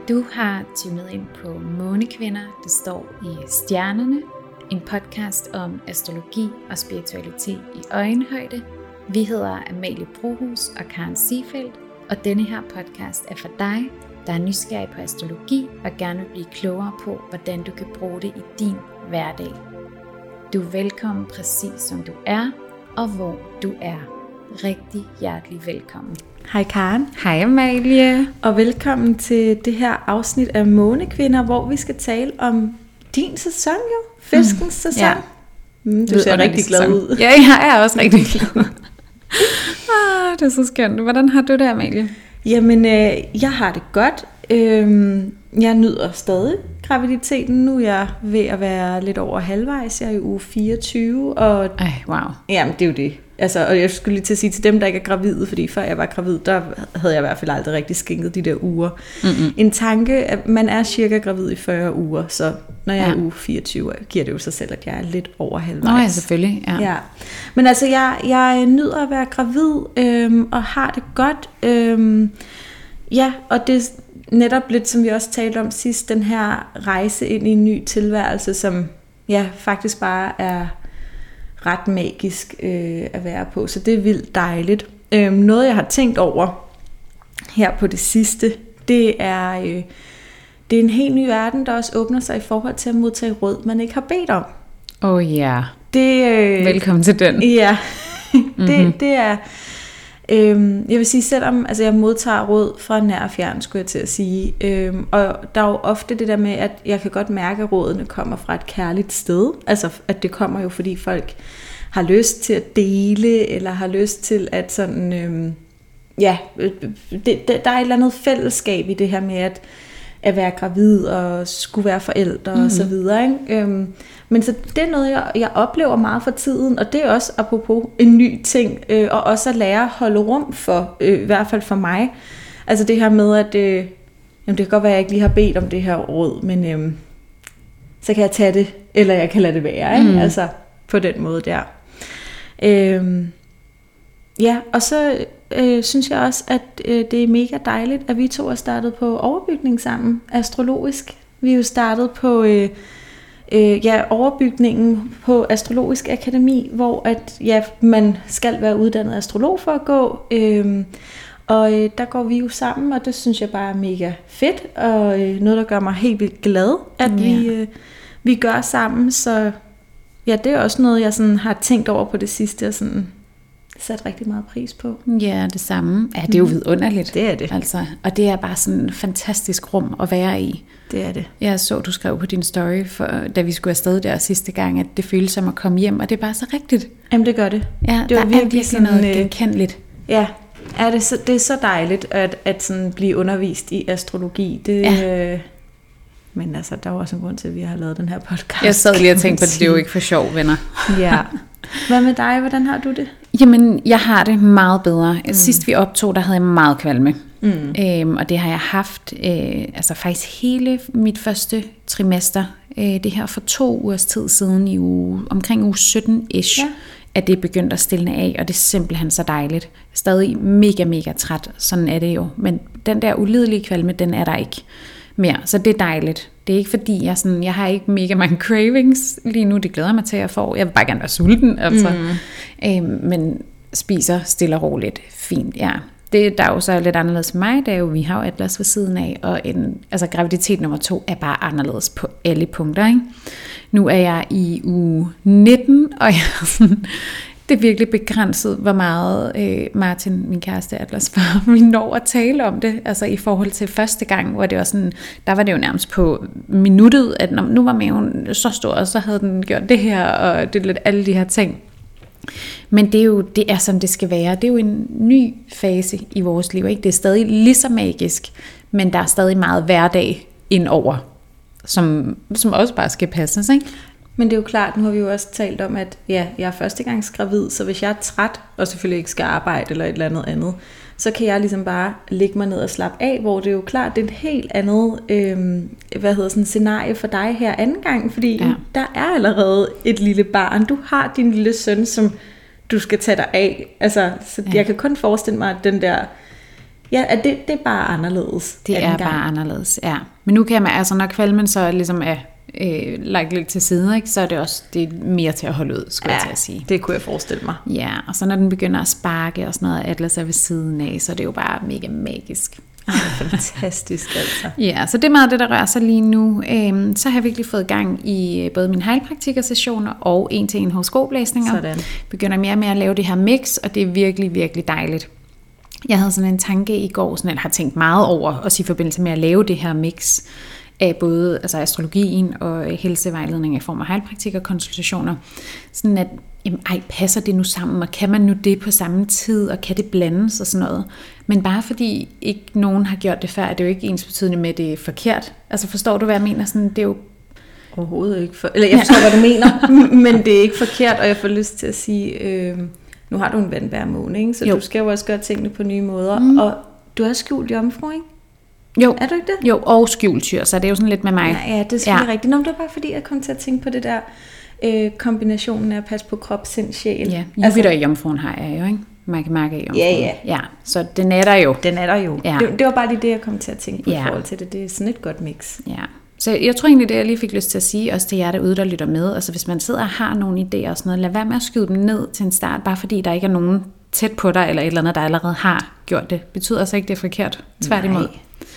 Du har tunet ind på Månekvinder, det står i stjernerne. En podcast om astrologi og spiritualitet i øjenhøjde. Vi hedder Amalie Brohus og Karen Seefeldt, og denne her podcast er for dig, der er nysgerrig på astrologi og gerne vil blive klogere på, hvordan du kan bruge det i din hverdag. Du er velkommen præcis som du er, og hvor du er. Rigtig hjertelig velkommen. Hej Karen. Hej Amalie. Og velkommen til det her afsnit af Månekvinder, hvor vi skal tale om din sæson jo. Fiskens sæson. Ja. Du ser rigtig glad ud. Ja, jeg er også rigtig glad. Det er så skønt. Hvordan har du det, Amalie? Jamen, jeg har det godt. Jeg nyder stadig graviditeten. Nu er jeg ved at være lidt over halvvejs. Jeg er i uge 24. Og wow. Jamen, det er jo det. Altså, og jeg skulle lige til at sige til dem, der ikke er gravide, fordi før jeg var gravid, der havde jeg i hvert fald aldrig rigtig skænket de der uger. En tanke, at man er cirka gravid i 40 uger, så når jeg er uge 24, giver det jo sig selv, at jeg er lidt over halvvejs. Nå ja, selvfølgelig. Ja. Men altså, jeg nyder at være gravid, og har det godt. Og det er netop lidt, som vi også talte om sidst, den her rejse ind i en ny tilværelse, som faktisk bare er ret magisk at være på, så det er vildt dejligt. Noget jeg har tænkt over her på det sidste, det er en helt ny verden, der også åbner sig i forhold til at modtage råd, man ikke har bedt om. Velkommen til den. Ja, det er jeg vil sige, selvom jeg modtager råd fra nær og fjern, skulle jeg til at sige, og der er jo ofte det der med, at jeg kan godt mærke, at rådene kommer fra et kærligt sted, altså at det kommer jo, fordi folk har lyst til at dele, eller har lyst til at sådan, der er et eller andet fællesskab i det her med, at være gravid og skulle være forældre og så videre, ikke? Men så det er noget, jeg oplever meget for tiden, og det er også apropos en ny ting, og også at lære at holde rum for, i hvert fald for mig. Altså det her med, at det kan godt være, at jeg ikke lige har bedt om det her råd, men så kan jeg tage det, eller jeg kan lade det være, ikke? Altså på den måde der. Og så synes jeg også, at det er mega dejligt, at vi to har startet på overbygning sammen, astrologisk. Vi er jo startet på overbygningen på Astrologisk Akademi, hvor man skal være uddannet astrolog for at gå, og der går vi jo sammen, og det synes jeg bare er mega fedt, og noget, der gør mig helt vildt glad, at vi gør sammen, så det er også noget, jeg sådan har tænkt over på det sidste, og sådan sat rigtig meget pris på. Ja, det samme. Ja, det er jo vidunderligt. Det er det. Altså, og det er bare sådan et fantastisk rum at være i. Det er det. Jeg så, du skrev på din story, da vi skulle afsted der sidste gang, at det føles som at komme hjem, og det er bare så rigtigt. Jamen, det gør det. Ja, det er virkelig sådan noget genkendeligt. Ja, det er så dejligt at sådan blive undervist i astrologi. Men altså, der er også en grund til, at vi har lavet den her podcast. Jeg sad lige og tænkte på, at det er jo ikke for sjov, venner. Ja. Hvad med dig? Hvordan har du det? Jamen, jeg har det meget bedre. Sidst vi optog, der havde jeg meget kvalme. Og det har jeg haft faktisk hele mit første trimester. Det her for 2 ugers tid siden, omkring uge 17-ish, at det begyndte at stille af, og det er simpelthen så dejligt. Stadig mega, mega træt, sådan er det jo. Men den der ulidelige kvalme, den er der ikke mere, så det er dejligt. Det er ikke fordi, jeg har ikke mega mange cravings lige nu, det glæder mig til at få. Jeg vil bare gerne være sulten, altså. Men spiser stille og roligt fint, ja. Det der er jo så lidt anderledes for mig, det er jo, vi har jo Atlas ved siden af, og graviditet nummer 2 er bare anderledes på alle punkter, ikke? Nu er jeg i uge 19, og det er virkelig begrænset, hvor meget Martin, min kæreste Atlas, vi når at tale om det, altså i forhold til første gang, hvor det var sådan, der var det jo nærmest på minuttet, at nu var maven så stor, og så havde den gjort det her, og det lidt alle de her ting. Men det er som det skal være. Det er jo en ny fase i vores liv, ikke? Det er stadig lige så magisk, men der er stadig meget hverdag indover, som også bare skal passes, ikke? Men det er jo klart, nu har vi jo også talt om, at jeg er førstegangsgravid, så hvis jeg er træt, og selvfølgelig ikke skal arbejde eller et eller andet, så kan jeg ligesom bare ligge mig ned og slappe af, hvor det er jo klart, det er et helt andet scenarie for dig her anden gang, fordi der er allerede et lille barn. Du har din lille søn, som du skal tage dig af. Altså, så jeg kan kun forestille mig, at den der Ja, at det er bare anderledes. Det er bare anderledes, ja. Men nu kan man, altså når kvalmen så ligesom er lagt lidt til side, ikke, så er det også det er mere til at holde ud, skulle jeg til at sige. Det kunne jeg forestille mig. Ja, og så når den begynder at sparke og sådan noget, Atlas er ved siden af, så er det jo bare mega magisk. Fantastisk altså. Ja, så det er meget det, der rører sig lige nu. Så har jeg virkelig fået gang i både mine heilpraktikersessioner og 1-til-1 horoskoplæsninger. Sådan. Begynder mere og mere at lave det her mix, og det er virkelig, virkelig dejligt. Jeg havde sådan en tanke i går, sådan, eller har tænkt meget over, også i forbindelse med at lave det her mix af både altså astrologien og helsevejledning i form af heilpraktikerkonsultationer. Sådan at, jamen, passer det nu sammen, og kan man nu det på samme tid, og kan det blandes og sådan noget. Men bare fordi ikke nogen har gjort det før, er det jo ikke ensbetydende med, at det er forkert. Altså forstår du, hvad jeg mener? Sådan, det er jo overhovedet ikke. Eller jeg forstår, hvad du mener, men det er ikke forkert, og jeg får lyst til at sige, nu har du en vandbærmåne, ikke? Så jo. Du skal jo også gøre tingene på nye måder, og du er skjult jomfru, ikke? Jo. Er du ikke det? Jo, og skjultyr, så det er jo sådan lidt med mig. Ja, det er selvfølgelig rigtigt. Nå, det var bare fordi, jeg kom til at tænke på det der kombinationen af at passe på krop, sind, sjæl. Ja, Jupiter i jomfruen har jeg jo, ikke? Marke i jomfruen. Ja, så den er der jo. Den er der jo. Ja. Det var bare lige det, jeg kom til at tænke på i forhold til det. Det er sådan et godt mix. Ja. Så jeg tror egentlig, det jeg lige fik lyst til at sige, også til jer derude, der lytter med. Altså hvis man sidder og har nogle idéer og sådan noget, lad være med at skyde dem ned til en start, bare fordi der ikke er nogen tæt på dig, eller et eller andet, der allerede har gjort det. Betyder altså ikke, det er forkert. Tværtimod.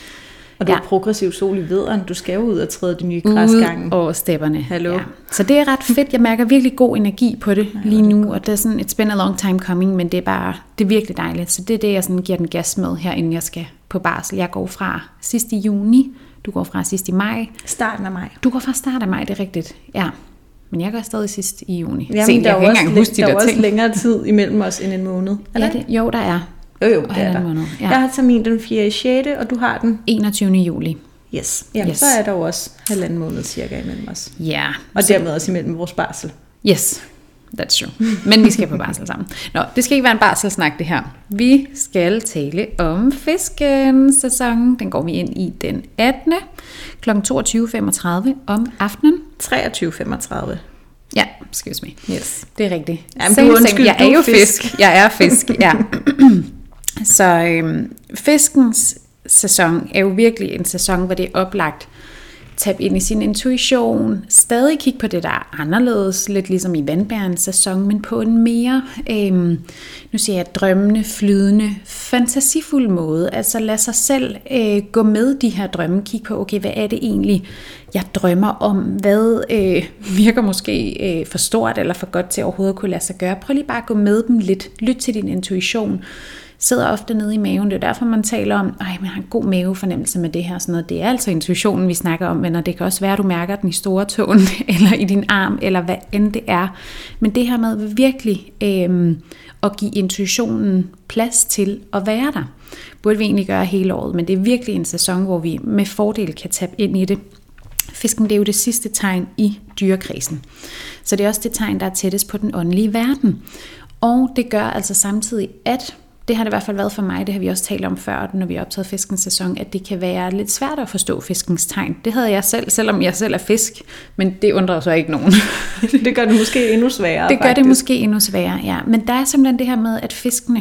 Og du er progressiv sol i vederen. Du skal jo ud og træde de nye græsgange. Ud over stepperne. Hallo. Ja. Så det er ret fedt. Jeg mærker virkelig god energi på det lige nu. Og det er sådan, it's been a long time coming, men det er virkelig dejligt. Så det er det, jeg sådan giver den gas med her, inden jeg skal på barsel. Jeg går fra sidst i juni. Du går fra sidst i maj. Starten af maj. Du går fra starten af maj, det er rigtigt. Ja. Men jeg går stadig sidst i juni. Jamen, der er også længere tid imellem os end en måned. Ja, jo, der er. Jo, det er der. Måned, ja. Jeg har termin den 4. 6. og du har den 21. juli. Yes. Jamen, så er der jo også 1,5 måned cirka imellem os. Ja. Og dermed også imellem vores barsel. Yes, that's true. Men vi skal på barsel sammen. Nå, det skal ikke være en barselsnak det her. Vi skal tale om fiskensæsonen. Den går vi ind i den 18. kl. 22.35 om aftenen. 23.35. Ja, excuse me. Yes. Det er rigtigt. Jamen, jeg er jo fisk. Jeg er fisk, ja. Så fiskens sæson er jo virkelig en sæson, hvor det er oplagt tabe ind i sin intuition, stadig kigge på det, der er anderledes, lidt ligesom i vandbærens sæson, men på en mere, nu siger jeg, drømmende, flydende, fantasifuld måde. Altså lad sig selv gå med de her drømme, kigge på, okay, hvad er det egentlig, jeg drømmer om? Hvad virker måske for stort eller for godt til overhovedet at kunne lade sig gøre? Prøv lige bare at gå med dem lidt, lyt til din intuition. Sidder ofte nede i maven. Det er derfor, man taler om, man har en god mavefornemmelse med det her. Sådan noget. Det er altså intuitionen, vi snakker om, men det kan også være, at du mærker den i store tåen, eller i din arm, eller hvad end det er. Men det her med virkelig at give intuitionen plads til at være der, burde vi egentlig gøre hele året, men det er virkelig en sæson, hvor vi med fordel kan tabe ind i det. Fisken, det er jo det sidste tegn i dyrekredsen. Så det er også det tegn, der er tættest på den åndelige verden. Og det gør altså samtidig, at det har det i hvert fald været for mig, det har vi også talt om før, når vi har optaget fiskens sæson, at det kan være lidt svært at forstå fiskens tegn. Det havde jeg selv, selvom jeg selv er fisk, men det undrer så ikke nogen. Det gør det måske endnu sværere. Det gør det måske endnu sværere, ja. Men der er simpelthen det her med, at fiskene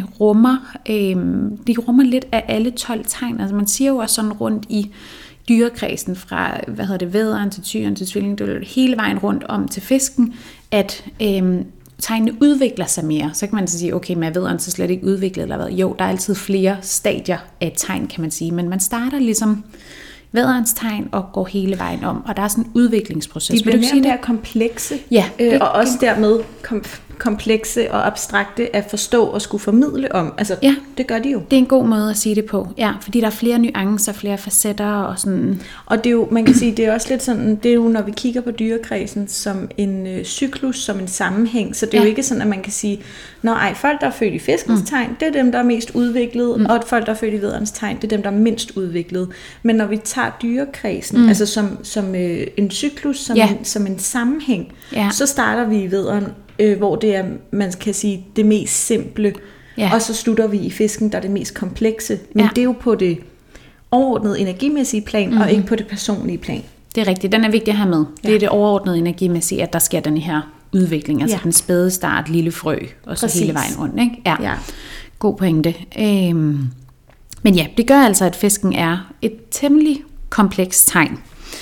rummer lidt af alle 12 tegn. Altså man siger jo også sådan rundt i dyrekredsen fra, vædderen til tyren til tvillingen, hele vejen rundt om til fisken, at tegnene udvikler sig mere. Så kan man så sige, okay, men er vædderen så slet ikke udviklet eller hvad? Jo, der er altid flere stadier af et tegn, kan man sige, men man starter ligesom vædderens tegn og går hele vejen om, og der er sådan en udviklingsproces. De bliver mere komplekse, ja, og også dermed komplekse og abstrakte at forstå og skulle formidle om. Altså, ja, det gør de jo. Det er en god måde at sige det på, ja, fordi der er flere nuancer, flere facetter og sådan. Og det er jo, man kan sige, det er også lidt sådan, det er jo, når vi kigger på dyrekredsen som en cyklus, som en sammenhæng, så det er jo ikke sådan, at man kan sige, folk, der er født i fiskens tegn, det er dem, der er mest udviklet, og folk, der er født i vædderens tegn, det er dem, der er mindst udviklet. Men når vi tager dyrekredsen, altså som en cyklus, som en sammenhæng, så starter vi i vædderen, hvor det er, man kan sige, det mest simple, og så slutter vi i fisken, der er det mest komplekse. Men det er jo på det overordnede energimæssige plan, og ikke på det personlige plan. Det er rigtigt, den er vigtig at have med. Det er det overordnede energimæssige, at der sker den her udvikling, altså den spæde start, lille frø, og så hele vejen rundt, ikke? Ja. God pointe. Men Men ja, det gør altså, at fisken er et temmelig komplekst tegn.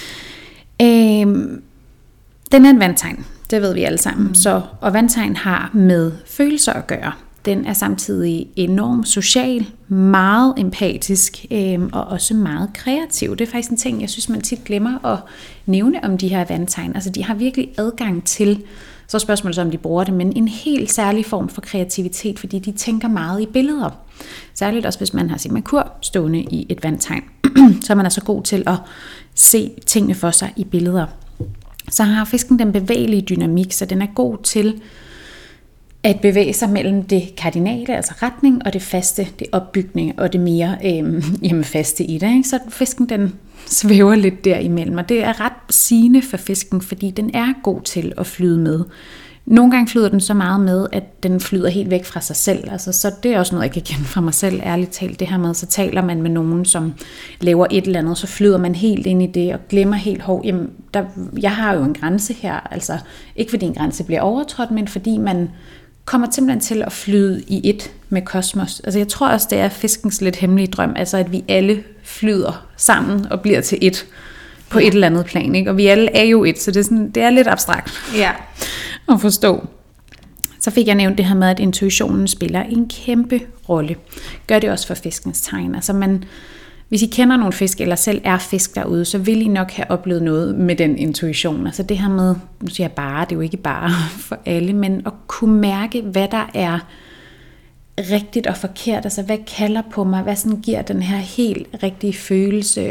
Den er en vandtegn, det ved vi alle sammen. Og vandtegn har med følelser at gøre. Den er samtidig enormt social, meget empatisk og også meget kreativ. Det er faktisk en ting, jeg synes, man tit glemmer at nævne om de her vandtegn. Altså, de har virkelig adgang til, så er spørgsmålet så, om de bruger det, men en helt særlig form for kreativitet, fordi de tænker meget i billeder. Særligt også, hvis man har sin Merkur stående i et vandtegn, så er man altså god til at se tingene for sig i billeder. Så har fisken den bevægelige dynamik, så den er god til at bevæge sig mellem det kardinale, altså retning, og det faste, det opbygning, og det mere faste i det. Ikke? Så fisken den svæver lidt derimellem, og det er ret sigende for fisken, fordi den er god til at flyde med. Nogle gange flyder den så meget med, at den flyder helt væk fra sig selv. Altså, så det er også noget, jeg kan kende fra mig selv, ærligt talt. Det her med, så taler man med nogen, som laver et eller andet, så flyder man helt ind i det, og glemmer helt jamen, jeg har jo en grænse her. Altså, ikke fordi en grænse bliver overtrådt, men fordi man kommer simpelthen til at flyde i et med kosmos. Altså, jeg tror også, det er fiskens lidt hemmelige drøm, altså at vi alle flyder sammen og bliver til et på et eller andet plan, ikke? Og vi alle er jo et, så det er lidt abstrakt at forstå. Så fik jeg nævnt det her med, at intuitionen spiller en kæmpe rolle. Gør det også for fiskens tegn. Altså hvis I kender nogle fisk, eller selv er fisk derude, så vil I nok have oplevet noget med den intuition. Altså det her med, nu siger jeg bare, det er jo ikke bare for alle, men at kunne mærke, hvad der er rigtigt og forkert. Altså hvad kalder på mig, hvad sådan giver den her helt rigtige følelse,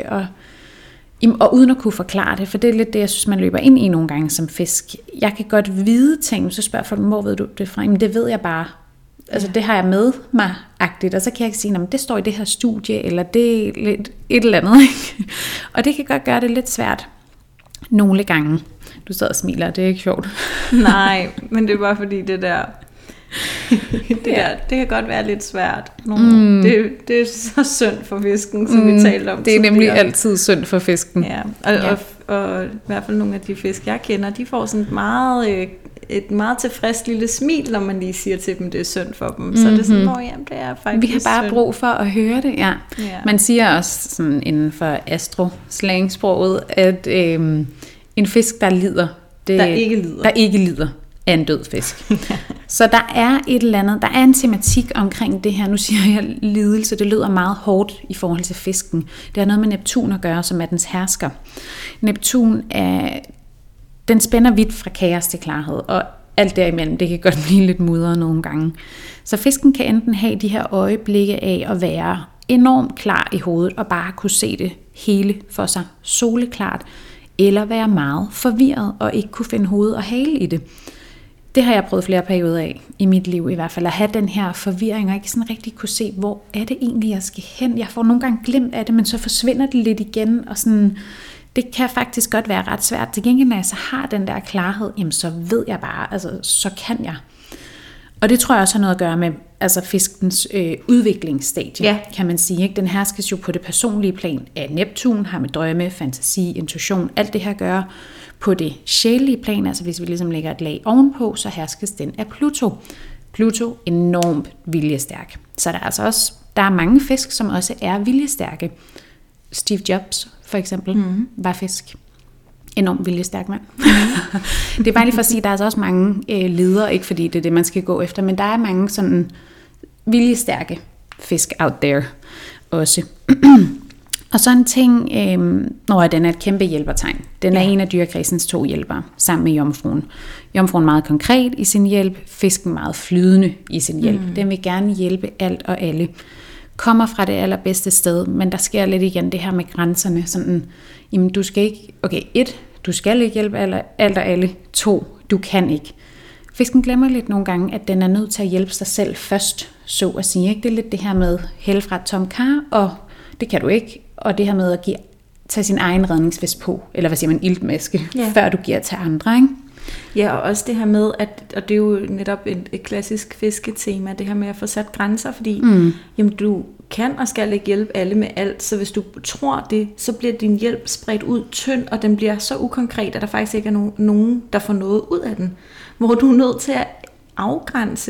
og uden at kunne forklare det, for det er lidt det, jeg synes, man løber ind i nogle gange som fisk. Jeg kan godt vide ting, så spørger folk, hvor ved du det fra? Jamen det ved jeg bare. Altså det har jeg med mig-agtigt, og så kan jeg ikke sige, det står i det her studie, eller det er lidt et eller andet. Ikke? Og det kan godt gøre det lidt svært nogle gange. Du sidder og smiler, det er ikke sjovt. Nej, men det er bare fordi det der... det kan godt være lidt svært. Det er så synd for fisken, som vi talte om. Det er nemlig altid synd for fisken. Ja. Og i hvert fald nogle af de fisk, jeg kender, de får sådan et meget tilfreds lille smil, når man lige siger til dem, det er synd for dem. Så det er sådan, jamen, det er faktisk vi har bare brug for at høre det, ja. Man siger også sådan inden for astro-slangsproget, at en fisk, der ikke lider, er en død fisk. Så der er et eller andet, der er en tematik omkring det her. Nu siger jeg lidelse, det lyder meget hårdt i forhold til fisken. Det har noget med Neptun at gøre, som er dens hersker. Neptun den spænder vidt fra kaos til klarhed, og alt derimellem, det kan godt blive lidt mudret nogle gange. Så fisken kan enten have de her øjeblikke af at være enormt klar i hovedet, og bare kunne se det hele for sig soleklart, eller være meget forvirret, og ikke kunne finde hoved og hale i det. Det har jeg prøvet flere perioder af, i mit liv i hvert fald, at have den her forvirring, og ikke sådan rigtig kunne se, hvor er det egentlig, jeg skal hen. Jeg får nogle gange glemt af det, men så forsvinder det lidt igen, og sådan, det kan faktisk godt være ret svært. Til gengæld, når jeg så har den der klarhed, jamen så ved jeg bare, altså så kan jeg. Og det tror jeg også har noget at gøre med fiskens udviklingsstadie, kan man sige. Ikke? Den herskes jo på det personlige plan af Neptun, har med drømme, fantasi, intuition, alt det her gør. På det sjælelige plan, altså hvis vi ligesom lægger et lag ovenpå, så herskes den af Pluto. Pluto enormt viljestærk. Så der er mange fisk, som også er viljestærke. Steve Jobs for eksempel var fisk. Enormt viljestærk mand. Det er bare lige for at sige, at der er altså også mange ledere, ikke fordi det er det, man skal gå efter, men der er mange sådan viljestærke fisk out there også. Og så en ting, den er et kæmpe hjælpertegn. Den er en af dyrekredsens 2 hjælpere, sammen med jomfruen. Jomfruen meget konkret i sin hjælp, fisken meget flydende i sin hjælp. Den vil gerne hjælpe alt og alle. Kommer fra det allerbedste sted, men der sker lidt igen det her med grænserne. Sådan, jamen du skal ikke, du skal ikke hjælpe alt og alle. 2, du kan ikke. Fisken glemmer lidt nogle gange, at den er nødt til at hjælpe sig selv først, så at sige. Ikke? Det er lidt det her med hælde fra et tom kar, og det kan du ikke. Og det her med at tage sin egen redningsvest på, eller hvad siger man, iltmaske, før du giver til andre, ikke? Ja, og også det her med, og det er jo netop et klassisk fisketema, det her med at få sat grænser, fordi jamen, du kan og skal ikke hjælpe alle med alt, så hvis du tror det, så bliver din hjælp spredt ud tynd, og den bliver så ukonkret, at der faktisk ikke er nogen, der får noget ud af den. Hvor du er nødt til at afgrænse,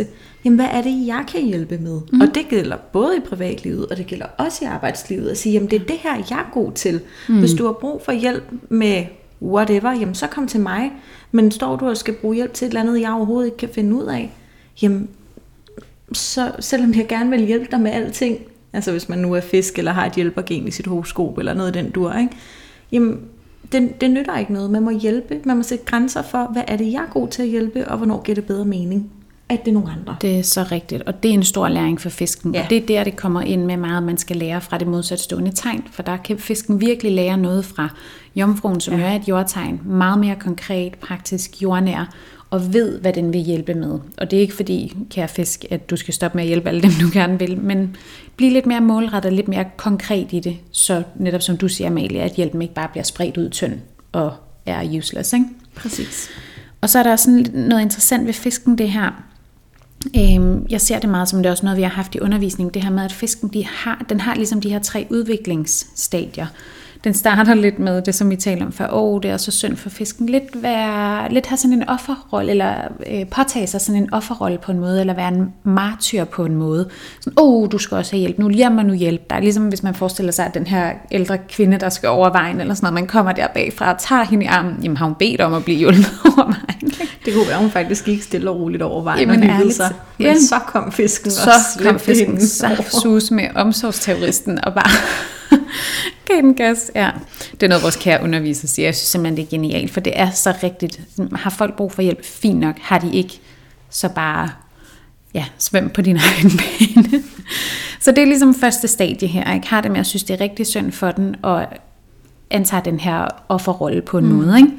jamen hvad er det, jeg kan hjælpe med? Og det gælder både i privatlivet, og det gælder også i arbejdslivet, at sige, jamen det er det her, jeg er god til. Hvis du har brug for hjælp med whatever, jamen så kom til mig. Men står du og skal bruge hjælp til et eller andet, jeg overhovedet ikke kan finde ud af, jamen så selvom jeg gerne vil hjælpe dig med alting, altså hvis man nu er fisk, eller har et hjælpergen i sit horoskop, eller noget af den dur, ikke? Jamen det nytter ikke noget. Man må hjælpe, man må sætte grænser for, hvad er det, jeg er god til at hjælpe, og hvornår giver det bedre mening, at det er nogle andre. Det er så rigtigt, og det er en stor læring for fisken, og det er der, det kommer ind med meget, man skal lære fra det modsatstående tegn, for der kan fisken virkelig lære noget fra jomfruen, som er et jordtegn, meget mere konkret, praktisk, jordnær, og ved, hvad den vil hjælpe med. Og det er ikke fordi, kære fisk, at du skal stoppe med at hjælpe alle dem, du gerne vil, men blive lidt mere målrettet, lidt mere konkret i det, så netop som du siger, Amalie, at hjælpen ikke bare bliver spredt ud tynd og er useless, ikke? Præcis. Og så er der sådan noget interessant ved fisken, det her. Jeg ser det meget som det er også noget, vi har haft i undervisning, det her med, at fisken den har ligesom de her 3 udviklingsstadier. Den starter lidt med det, som vi taler om før. Det er så synd for fisken. Lidt have sådan en offerrolle, eller påtage sig sådan en offerrolle på en måde, eller være en martyr på en måde. Sådan, du skal også have hjælp nu. Lad mig nu hjælpe dig. Ligesom hvis man forestiller sig, at den her ældre kvinde, der skal over vejen, eller sådan noget, man kommer der bagfra og tager hende i armen. Jamen har hun bedt om at blive hjulpet over vejen? Det kunne være, hun faktisk gik stille og roligt over vejen. Jamen, og hyggede sig. Men så kom fisken sus med omsorgsterroristen og bare gav den gas. Ja. Det er noget, vores kære underviser siger. Jeg synes simpelthen, det er genialt, for det er så rigtigt. Har folk brug for hjælp? Fint nok. Har de ikke, så bare svøm på din egen bane. Så det er ligesom første stadie her. Ikke? Har det med at synes, det er rigtig synd for den, og antager den her offerrolle på en måde. Ikke?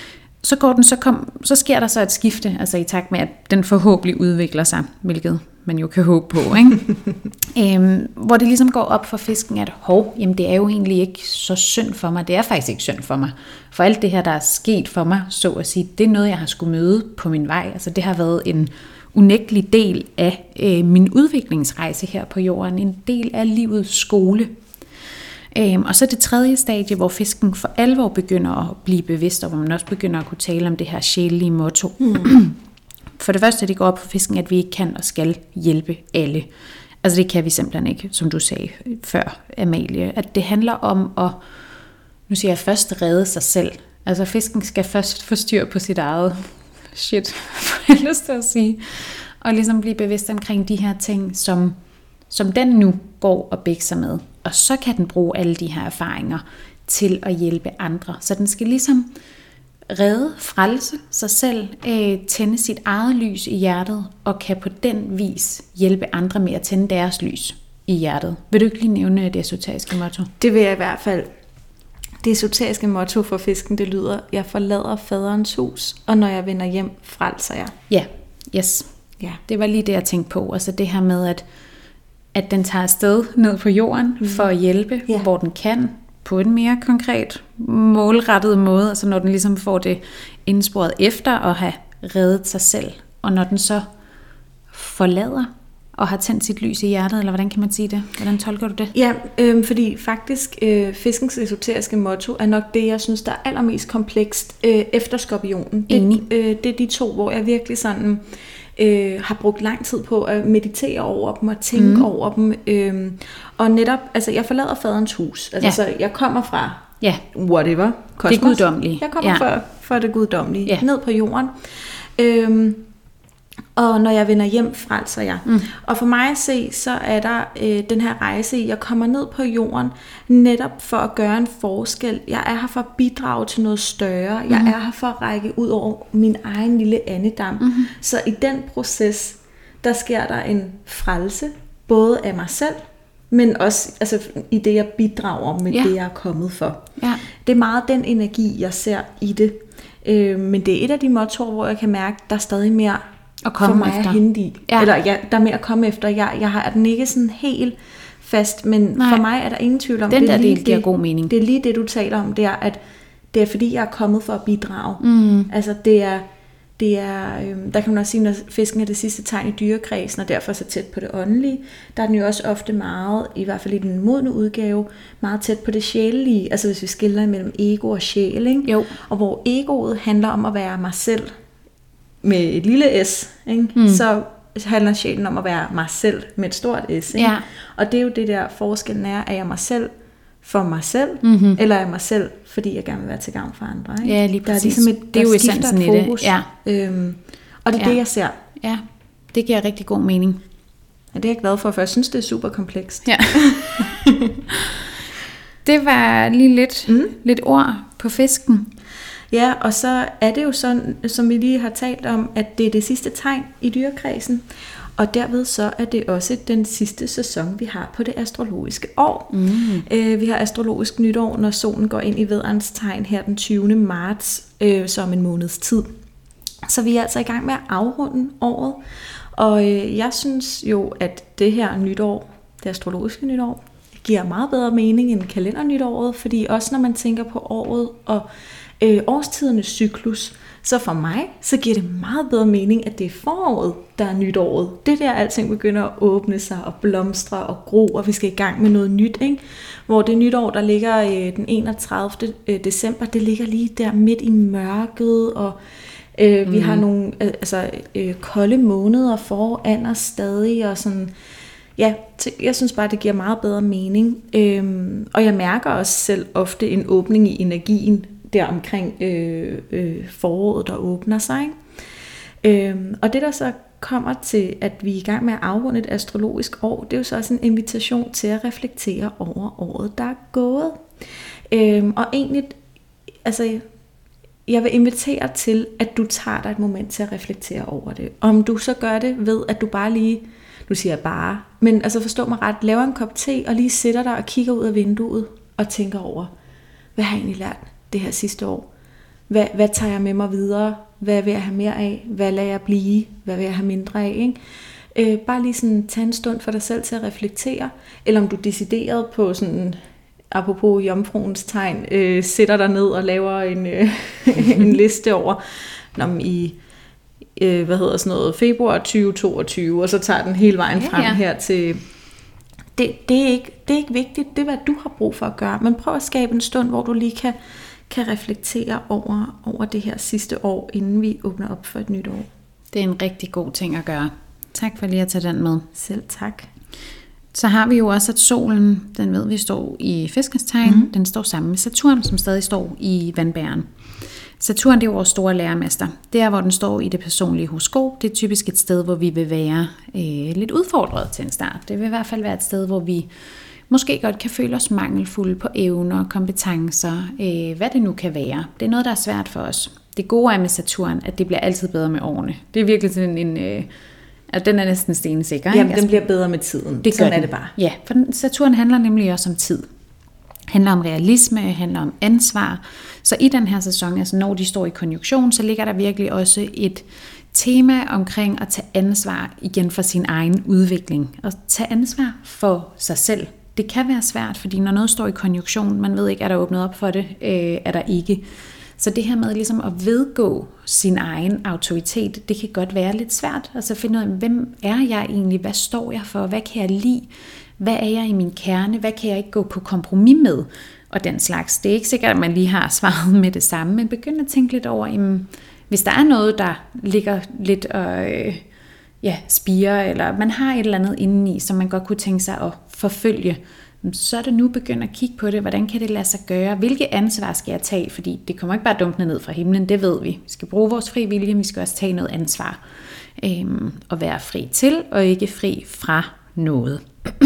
Så sker der så et skifte, altså i takt med, at den forhåbentlig udvikler sig, hvilket man jo kan håbe på, ikke? Hvor det ligesom går op for fisken, at jamen det er jo egentlig ikke så synd for mig, det er faktisk ikke synd for mig. For alt det her, der er sket for mig, så at sige, det er noget, jeg har skulle møde på min vej. Altså det har været en unægtelig del af min udviklingsrejse her på jorden, en del af livets skole. Og så det tredje stadie, hvor fisken for alvor begynder at blive bevidst, og hvor man også begynder at kunne tale om det her sjælelige motto. For det første, det går op for fisken, at vi ikke kan og skal hjælpe alle. Altså det kan vi simpelthen ikke, som du sagde før, Amalie. At det handler om at, nu siger jeg først, redde sig selv. Altså fisken skal først få styr på sit eget shit, får jeg lyst til at sige. Og ligesom blive bevidst omkring de her ting, som den nu går og bækser med. Og så kan den bruge alle de her erfaringer til at hjælpe andre. Så den skal ligesom redde, frelse sig selv, tænde sit eget lys i hjertet, og kan på den vis hjælpe andre med at tænde deres lys i hjertet. Vil du ikke lige nævne det esoteriske motto? Det vil jeg i hvert fald. Det esoteriske motto for fisken, det lyder: jeg forlader faderens hus, og når jeg vender hjem, frelser jeg. Ja, yes. Ja. Det var lige det, jeg tænkte på. Altså det her med, at den tager afsted ned på jorden for at hjælpe, hvor den kan, på en mere konkret, målrettet måde, altså når den ligesom får det indsporet efter at have reddet sig selv, og når den så forlader og har tændt sit lys i hjertet, eller hvordan kan man sige det? Hvordan tolker du det? Ja, fordi faktisk fiskens esoteriske motto er nok det, jeg synes, der er allermest komplekst efter skorpionen. Det er de 2, hvor jeg virkelig sådan har brugt lang tid på at meditere over dem og tænke over dem. Og netop, altså jeg forlader faderens hus. Altså så jeg kommer fra whatever, kosmos. Det guddommelige. Jeg kommer fra det guddommelige, ned på jorden. Og når jeg vender hjem, frelser jeg. Og for mig at se, så er der den her rejse i, jeg kommer ned på jorden, netop for at gøre en forskel. Jeg er her for at bidrage til noget større. Jeg er her for at række ud over min egen lille andedam. Så i den proces, der sker der en frelse, både af mig selv, men også altså, i det, jeg bidrager med det, jeg er kommet for. Ja. Det er meget den energi, jeg ser i det. Men det er et af de mottoer, hvor jeg kan mærke, der er stadig mere at komme for mig efter. At hente i. Eller der er mere at komme efter. Jeg har den ikke sådan helt fast, men for mig er der ingen tvivl om, den der del giver god mening. Det er lige det, du taler om, det er, at det er fordi, jeg er kommet for at bidrage. Altså det er der kan man også sige, når fisken er det sidste tegn i dyrekredsen, og derfor så tæt på det åndelige, der er den jo også ofte meget, i hvert fald i den modne udgave, meget tæt på det sjælelige, altså hvis vi skiller mellem ego og sjæl, ikke? Jo. Og hvor egoet handler om at være mig selv, med et lille s, ikke? handler sjælen om at være mig selv med et stort S. Ikke? Ja. Og det er jo det der forskellen er jeg mig selv for mig selv, eller er jeg mig selv, fordi jeg gerne vil være til gavn for andre. Ikke? Ja, lige præcis. Der er ligesom det er jo essensen i det. Ja. Og det er det, jeg ser. Ja, det giver rigtig god mening. Ja, det er jeg glad for jeg synes, det er super komplekst. Ja. Det var lige lidt ord på fisken. Ja, og så er det jo sådan, som vi lige har talt om, at det er det sidste tegn i dyrekredsen. Og derved så er det også den sidste sæson, vi har på det astrologiske år. Vi har astrologisk nytår, når solen går ind i vædderens tegn her den 20. marts, så om en måneds tid. Så vi er altså i gang med at afrunde året. Og jeg synes jo, at det her nytår, det astrologiske nytår, giver meget bedre mening end kalendernytåret, fordi også når man tænker på året og årstidernes cyklus, så for mig, så giver det meget bedre mening, at det er foråret, der er nytåret. Det der alting begynder at åbne sig og blomstre og gro, og vi skal i gang med noget nyt, ikke? Hvor det nytår, der ligger den 31. december, det ligger lige der midt i mørket, og vi har nogle kolde måneder foran os stadig, og sådan, ja, jeg synes bare, det giver meget bedre mening. Og jeg mærker også selv ofte en åbning i energien, der omkring foråret, der åbner sig. Og det der så kommer til, at vi er i gang med at afrunde et astrologisk år, det er jo så også en invitation til at reflektere over året, der er gået. Og egentlig, altså jeg vil invitere til, at du tager dig et moment til at reflektere over det. Om du så gør det ved, at du bare lige, nu siger jeg bare, men altså forstå mig ret, laver en kop te og lige sætter dig og kigger ud af vinduet og tænker over, hvad har jeg egentlig lært det her sidste år? Hvad tager jeg med mig videre? Hvad vil jeg have mere af? Hvad lader jeg blive? Hvad vil jeg have mindre af? Ikke? Bare lige sådan tage en stund for dig selv til at reflektere, eller om du decideret på sådan, apropos jomfruens tegn, sætter dig ned og laver en liste over, i februar 2022, og så tager den hele vejen frem her til. Det er ikke vigtigt, det er hvad du har brug for at gøre, men prøv at skabe en stund, hvor du lige kan reflektere over det her sidste år, inden vi åbner op for et nyt år. Det er en rigtig god ting at gøre. Tak for lige at tage den med. Selv tak. Så har vi jo også, at solen, den ved vi står i fiskens tegn, den står sammen med Saturn, som stadig står i vandbæren. Saturn, det er vores store lærermester. Det er, hvor den står i det personlige horoskop. Det er typisk et sted, hvor vi vil være lidt udfordret til en start. Det vil i hvert fald være et sted, hvor vi måske godt kan føle os mangelfulde på evner, kompetencer, hvad det nu kan være. Det er noget, der er svært for os. Det gode er med Saturn, at det bliver altid bedre med årene. Det er virkelig sådan den er næsten stensikker. Jamen, den bliver bedre med tiden. Sådan er det bare. Ja, for Saturn handler nemlig også om tid. Handler om realisme, handler om ansvar. Så i den her sæson, altså når de står i konjunktion, så ligger der virkelig også et tema omkring at tage ansvar igen for sin egen udvikling. Og tage ansvar for sig selv. Det kan være svært, fordi når noget står i konjunktion, man ved ikke, er der åbnet op for det, er der ikke. Så det her med ligesom at vedgå sin egen autoritet, det kan godt være lidt svært. Altså finde ud af, hvem er jeg egentlig? Hvad står jeg for? Hvad kan jeg lide? Hvad er jeg i min kerne? Hvad kan jeg ikke gå på kompromis med? Og den slags. Det er ikke sikkert, at man lige har svaret med det samme, men begynd at tænke lidt over, hvis der er noget, der ligger lidt og spirer, eller man har et eller andet indeni, som man godt kunne tænke sig at forfølge, så er det nu begyndt at kigge på det. Hvordan kan det lade sig gøre? Hvilke ansvar skal jeg tage? Fordi det kommer ikke bare dumpende ned fra himlen, det ved vi. Vi skal bruge vores fri vilje, vi skal også tage noget ansvar. Og være fri til, og ikke fri fra noget.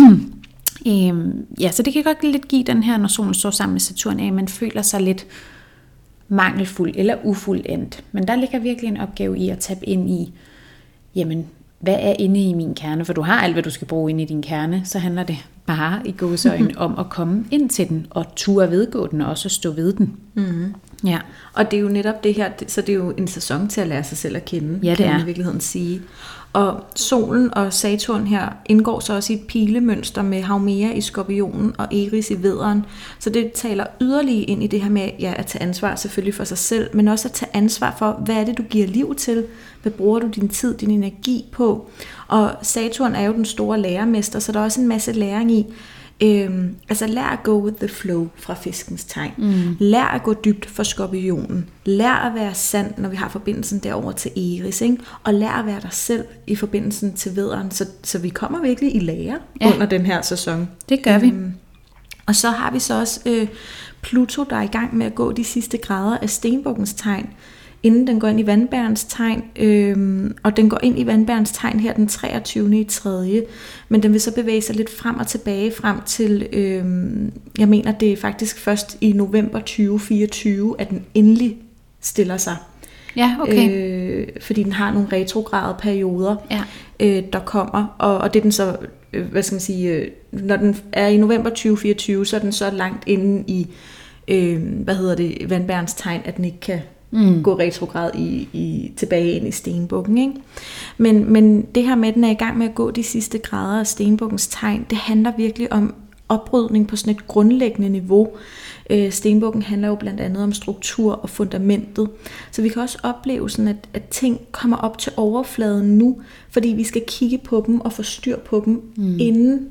Så det kan godt lidt give den her, når solen står sammen med Saturn, at man føler sig lidt mangelfuld eller ufuldendt. Men der ligger virkelig en opgave i at tabe ind i, jamen, hvad er inde i min kerne? For du har alt, hvad du skal bruge inde i din kerne, så handler det bare i gåseøjne om at komme ind til den, og turde vedgå den, og også stå ved den. Mm-hmm. Ja. Og det er jo netop det her, så det er jo en sæson til at lære sig selv at kende, ja, det kan er. man i virkeligheden sige. Og solen og Saturn her indgår så også i et pilemønster med Haumea i skorpionen og Eris i vædderen. Så det taler yderligere ind i det her med at tage ansvar selvfølgelig for sig selv, men også at tage ansvar for, hvad er det, du giver liv til? Hvad bruger du din tid, din energi på? Og Saturn er jo den store lærermester, så der er også en masse læring i, Altså lær at go with the flow fra fiskens tegn. Lær at gå dybt for skorpionen. Lær at være sand, når vi har forbindelsen derover til Eris, ikke? Og lær at være dig selv i forbindelsen til vædderen, så vi kommer virkelig i lære under den her sæson. Det gør vi. Og så har vi så også Pluto, der er i gang med at gå de sidste grader af stenbukkens tegn, inden den går ind i vandbærens tegn, og den går ind i vandbærens tegn her den 23. Men den vil så bevæge sig lidt frem og tilbage frem til, jeg mener det er faktisk først i november 2024, at den endelig stiller sig. Ja, okay. Fordi den har nogle retrograde perioder, der kommer, og det er den så, hvad skal man sige, når den er i november 2024, så er den så langt inde i, vandbærens tegn, at den ikke kan gå retrograd tilbage ind i stenbukken, ikke? Men det her med, at den er i gang med at gå de sidste grader af stenbukkens tegn, det handler virkelig om oprydning på sådan et grundlæggende niveau. Stenbukken handler jo blandt andet om struktur og fundamentet, så vi kan også opleve sådan, at ting kommer op til overfladen nu, fordi vi skal kigge på dem og få styr på dem, inden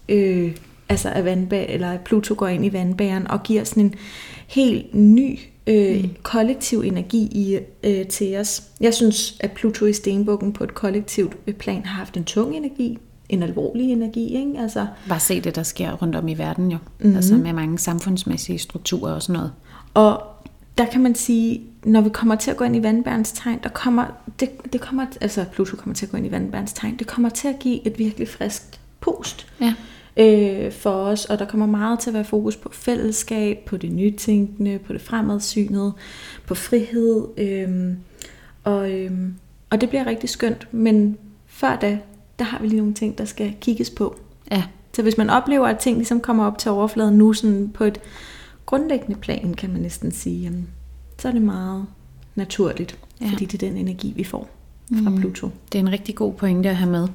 at Pluto går ind i vandbæren og giver sådan en helt ny kollektiv energi til os. Jeg synes, at Pluto i stenbukken på et kollektivt plan har haft en tung energi, en alvorlig energi, ikke? Altså, bare se det, der sker rundt om i verden jo. Altså med mange samfundsmæssige strukturer og sådan noget. Og der kan man sige, når vi kommer til at gå ind i vandbærens tegn, Pluto kommer til at gå ind i vandbærens tegn, det kommer til at give et virkelig friskt pust for os, og der kommer meget til at være fokus på fællesskab, på det nytænkende, på det fremadsynede, på frihed, og det bliver rigtig skønt, men før da, der har vi lige nogle ting, der skal kigges på. Ja. Så hvis man oplever, at ting ligesom kommer op til overfladen nu, sådan på et grundlæggende plan, kan man næsten sige, så er det meget naturligt, fordi det er den energi, vi får fra Pluto. Det er en rigtig god pointe at have med.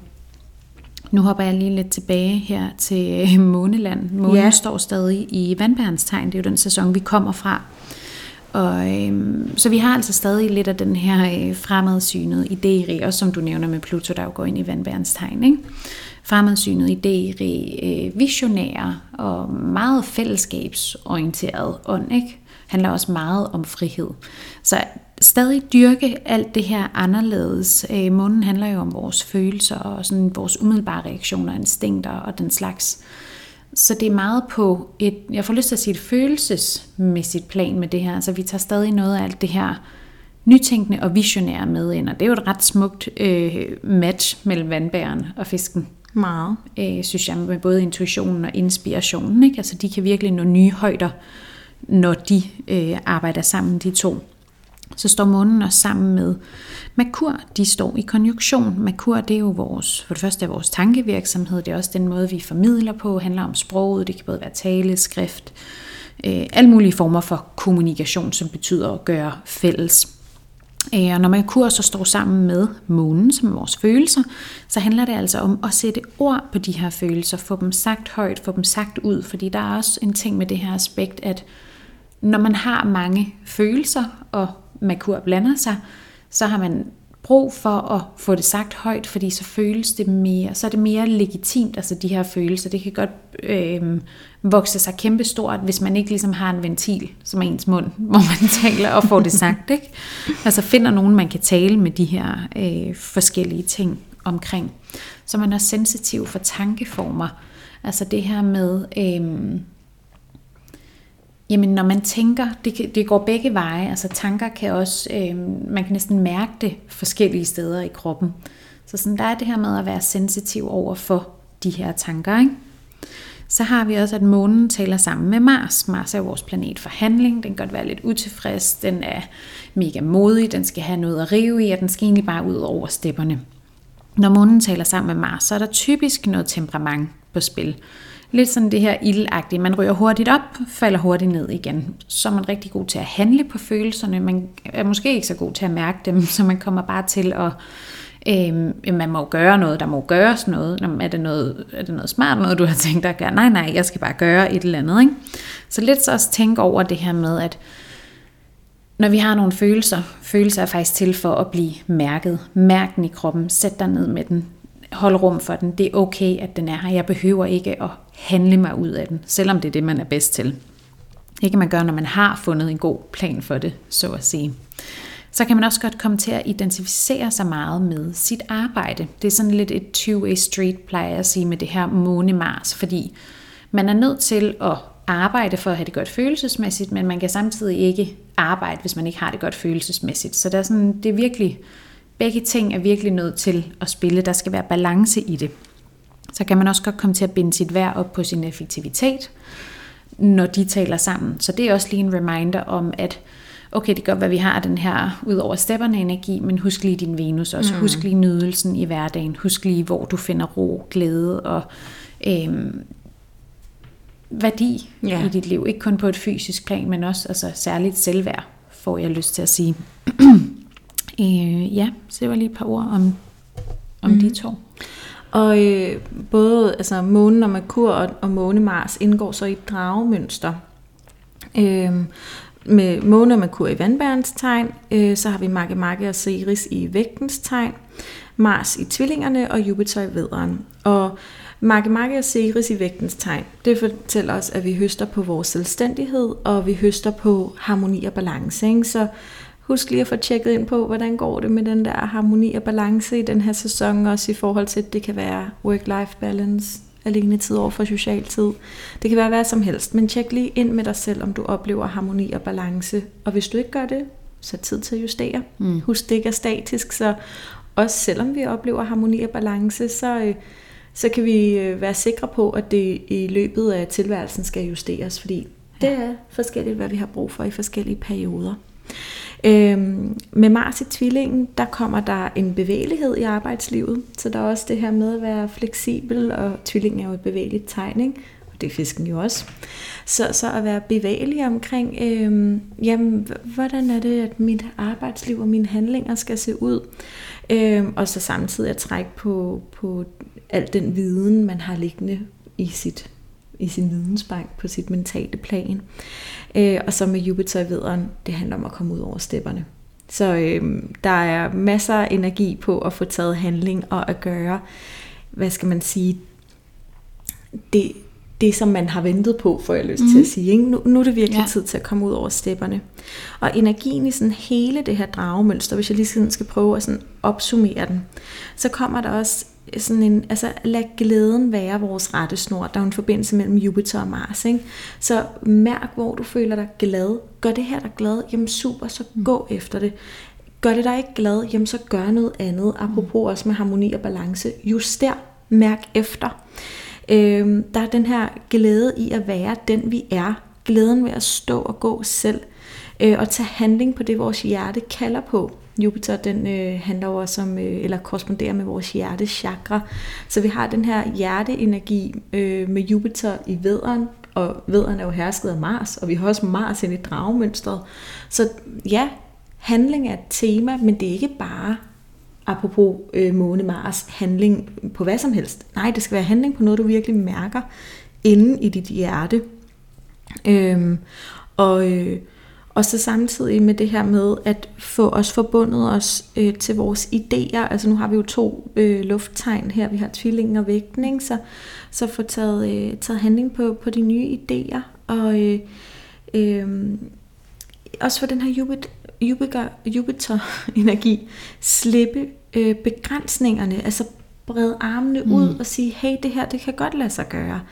Nu hopper jeg lige lidt tilbage her til Måneland. Månen står stadig i vandbærens tegn, det er jo den sæson, vi kommer fra. Og, så vi har altså stadig lidt af den her fremadsynede idérig, også som du nævner med Pluto, der jo går ind i vandbærens tegn, ikke? Fremadsynede idérig, visionære og meget fællesskabsorienteret ånd, ikke? Handler også meget om frihed. Så stadig dyrke alt det her anderledes. Månen handler jo om vores følelser og sådan vores umiddelbare reaktioner, instinkter og den slags. Så det er meget på jeg får lyst til at sige et følelsesmæssigt plan med det her. Så vi tager stadig noget af alt det her nytænkende og visionære med ind. Og det er jo et ret smukt match mellem vandbæren og fisken. Meget. Synes jeg, med både intuitionen og inspirationen, ikke? Altså de kan virkelig nå nye højder, når de arbejder sammen, de to. Så står månen også sammen med Merkur, de står i konjunktion. Merkur, det er jo for det første er vores tankevirksomhed, det er også den måde, vi formidler på, handler om sproget, det kan både være tale, skrift, alle mulige former for kommunikation, som betyder at gøre fælles. Og når Merkur så står sammen med månen, som er vores følelser, så handler det altså om at sætte ord på de her følelser, få dem sagt højt, få dem sagt ud, fordi der er også en ting med det her aspekt, at når man har mange følelser, og Merkur blander sig, så har man brug for at få det sagt højt, fordi så føles det mere, så er det mere legitimt, altså de her følelser. Det kan godt vokse sig kæmpestort, hvis man ikke ligesom har en ventil, som er ens mund, hvor man taler og får det sagt, ikke? Altså finder nogen, man kan tale med de her forskellige ting omkring. Så man er sensitiv for tankeformer. Altså det her med jamen når man tænker, det går begge veje, altså tanker kan også, man kan næsten mærke det forskellige steder i kroppen. Så sådan, der er det her med at være sensitiv over for de her tanker, ikke? Så har vi også, at månen taler sammen med Mars. Mars er jo vores planet for handling, den kan godt være lidt utilfreds, den er mega modig, den skal have noget at rive i, og den skal egentlig bare ud over stepperne. Når månen taler sammen med Mars, så er der typisk noget temperament på spil. Lidt sådan det her ildagtige. Man ryger hurtigt op, falder hurtigt ned igen. Så er man rigtig god til at handle på følelserne. Man er måske ikke så god til at mærke dem, så man kommer bare til at man må gøre noget, der må gøres noget. Er det noget smart, noget du har tænkt dig at gøre? Nej, jeg skal bare gøre et eller andet, ikke? Så lidt så også tænke over det her med, at når vi har nogle følelser er faktisk til for at blive mærket. Mærk den i kroppen, sæt dig ned med den. holde rum for den. Det er okay, at den er her. Jeg behøver ikke at handle mig ud af den, selvom det er det, man er bedst til. Det kan man gøre, når man har fundet en god plan for det, så at sige. Så kan man også godt komme til at identificere sig meget med sit arbejde. Det er sådan lidt et two-way street, plejer jeg at sige, med det her måne-Mars, fordi man er nødt til at arbejde for at have det godt følelsesmæssigt, men man kan samtidig ikke arbejde, hvis man ikke har det godt følelsesmæssigt. Så det er virkelig, begge ting er virkelig nødt til at spille. Der skal være balance i det. Så kan man også godt komme til at binde sit værd op på sin effektivitet, når de taler sammen. Så det er også lige en reminder om, at okay, det kan godt være, at vi har den her ud over stepperne energi, men husk lige din Venus også. Husk lige nydelsen i hverdagen. Husk lige, hvor du finder ro, glæde og værdi i dit liv. Ikke kun på et fysisk plan, men også særligt selvværd, får jeg lyst til at sige. Så det var lige et par ord om de to. Og både månen og Merkur og måne-Mars indgår så i et dragemønster. Med måne og Merkur i vandbærens tegn, så har vi Makemake og Ceres i vægtens tegn, Mars i tvillingerne og Jupiter i vædderen. Og Makemake og Ceres i vægtens tegn, det fortæller os, at vi høster på vores selvstændighed, og vi høster på harmoni og balance. Ikke? Så husk lige at få tjekket ind på, hvordan går det med den der harmoni og balance i den her sæson, også i forhold til, at det kan være work-life balance, alene tid over for social tid. Det kan være hvad som helst, men tjek lige ind med dig selv, om du oplever harmoni og balance. Og hvis du ikke gør det, så er tid til at justere. Husk, det ikke er statisk, så også selvom vi oplever harmoni og balance, så kan vi være sikre på, at det i løbet af tilværelsen skal justeres, fordi det er forskelligt, hvad vi har brug for i forskellige perioder. Med Mars i tvillingen, der kommer der en bevægelighed i arbejdslivet, så der er også det her med at være fleksibel, og tvillingen er jo et bevægeligt tegn, ikke? Og det er fisken jo også. Så at være bevægelig omkring, hvordan er det, at mit arbejdsliv og mine handlinger skal se ud, og så samtidig at trække på al den viden, man har liggende i sin vidensbank på sit mentale plan. Og så med Jupiter i vædderen, det handler om at komme ud over stepperne. Så der er masser af energi på at få taget handling og at gøre, hvad skal man sige, det som man har ventet på, får jeg lyst til at sige. Ikke? Nu er det virkelig tid til at komme ud over stepperne. Og energien i sådan hele det her dragemønster, hvis jeg lige sådan skal prøve at sådan opsummere den, så kommer der også sådan lad glæden være vores rettesnor. Der er en forbindelse mellem Jupiter og Mars, ikke? Så mærk, hvor du føler dig glad. Gør det her dig glad, jamen super, så gå efter det. Gør det dig ikke glad, jamen så gør noget andet. Apropos også med harmoni og balance. Juster, mærk efter. Der er den her glæde i at være den vi er. Glæden ved at stå og gå selv. Og tage handling på det, vores hjerte kalder på. Jupiter, den handler jo også om, eller korresponderer med vores hjertechakra. Så vi har den her hjerteenergi med Jupiter i vædderen, og vædderen er jo hersket af Mars, og vi har også Mars ind i dragemønstret. Så ja, handling er et tema, men det er ikke bare, apropos måne Mars, handling på hvad som helst. Nej, det skal være handling på noget, du virkelig mærker inde i dit hjerte. Og så samtidig med det her med at få os forbundet os til vores idéer. Altså nu har vi jo 2 lufttegn her. Vi har tvillingen og vægten, ikke? Så få taget handling på de nye idéer. Og også for den her Jupiter-energi. Slippe begrænsningerne. Altså brede armene ud og sige, hey, det her, det kan godt lade sig gøre.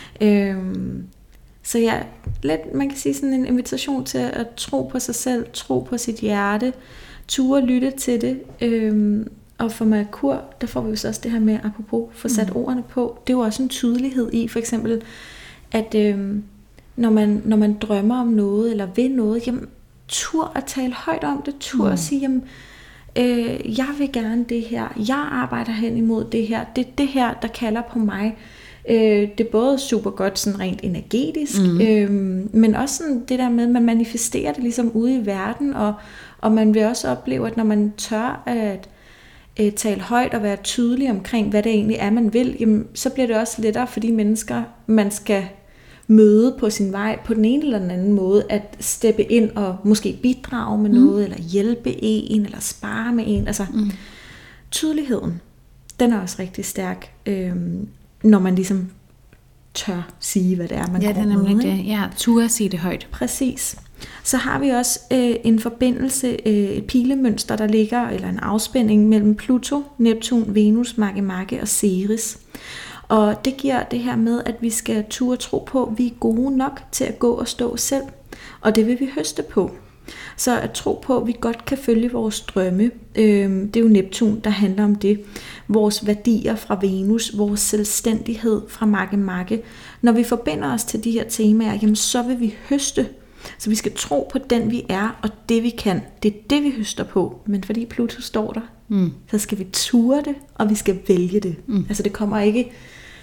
Så ja, man kan sige sådan en invitation til at tro på sig selv, tro på sit hjerte, ture lytte til det. Og for Merkur, der får vi jo så også det her med, apropos, få sat ordene på. Det er jo også en tydelighed i, for eksempel, at når man drømmer om noget, eller vil noget, jamen, tur at tale højt om det, tur at sige, jamen, jeg vil gerne det her, jeg arbejder hen imod det her, det er det her, der kalder på mig. Det er både super godt sådan rent energetisk, men også sådan det der med, at man manifesterer det ligesom ude i verden, og man vil også opleve, at når man tør at tale højt og være tydelig omkring, hvad det egentlig er, man vil, jamen, så bliver det også lettere for de mennesker, man skal møde på sin vej, på den ene eller den anden måde, at steppe ind og måske bidrage med noget, eller hjælpe en, eller spare med en. Altså tydeligheden, den er også rigtig stærk, når man ligesom tør sige, hvad det er, man går med. Ja, det er nemlig det. Ja, turde sige det højt. Præcis. Så har vi også en forbindelse, et pilemønster, der ligger, eller en afspænding mellem Pluto, Neptun, Venus, Makemake og Ceres. Og det giver det her med, at vi skal turde tro på, at vi er gode nok til at gå og stå selv. Og det vil vi høste på. Så at tro på, at vi godt kan følge vores drømme, det er jo Neptun, der handler om det. Vores værdier fra Venus, vores selvstændighed fra Makemake. Når vi forbinder os til de her temaer, jamen så vil vi høste. Så vi skal tro på den vi er, og det vi kan. Det er det vi høster på. Men fordi Pluto står der, så skal vi ture det, og vi skal vælge det. Altså det kommer ikke...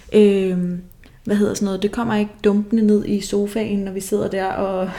det kommer ikke dumpende ned i sofaen, når vi sidder der og,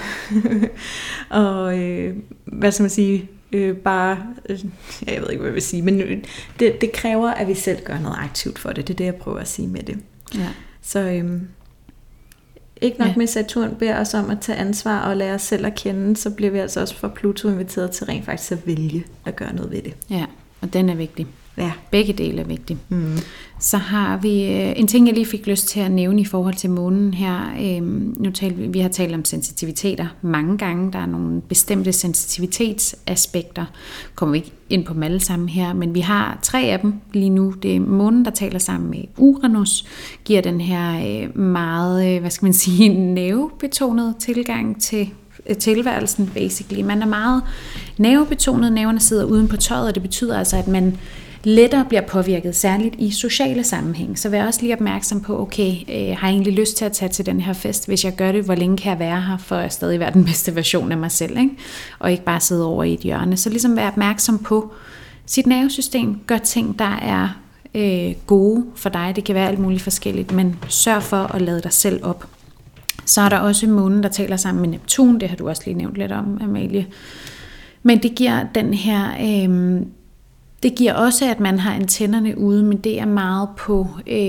jeg ved ikke, hvad jeg vil sige, men det kræver, at vi selv gør noget aktivt for det. Det er det, jeg prøver at sige med det. Ja. Så ikke nok med Saturn beder os om at tage ansvar og lære os selv at kende, så bliver vi altså også fra Pluto inviteret til rent faktisk at vælge at gøre noget ved det. Ja, og den er vigtig. Ja. Begge dele er vigtige. Så har vi en ting, jeg lige fik lyst til at nævne i forhold til månen her. Vi har talt om sensitiviteter mange gange. Der er nogle bestemte sensitivitetsaspekter. Kommer vi ikke ind på dem alle sammen her, men vi har 3 af dem lige nu. Det er månen, der taler sammen med Uranus, giver den her meget, nervebetonet tilgang til tilværelsen, basically. Man er meget nervebetonet, nerverne sidder uden på tøjet, og det betyder altså, at man lettere bliver påvirket, særligt i sociale sammenhæng. Så vær også lige opmærksom på, okay, har jeg egentlig lyst til at tage til den her fest? Hvis jeg gør det, hvor længe kan jeg være her, for at stadig være den bedste version af mig selv, ikke? Og ikke bare sidde over i et hjørne. Så ligesom være opmærksom på sit nervesystem, gør ting, der er gode for dig. Det kan være alt muligt forskelligt, men sørg for at lade dig selv op. Så er der også månen, der taler sammen med Neptun. Det har du også lige nævnt lidt om, Amalie. Men det giver den her... det giver også, at man har antennerne ude, men det er meget på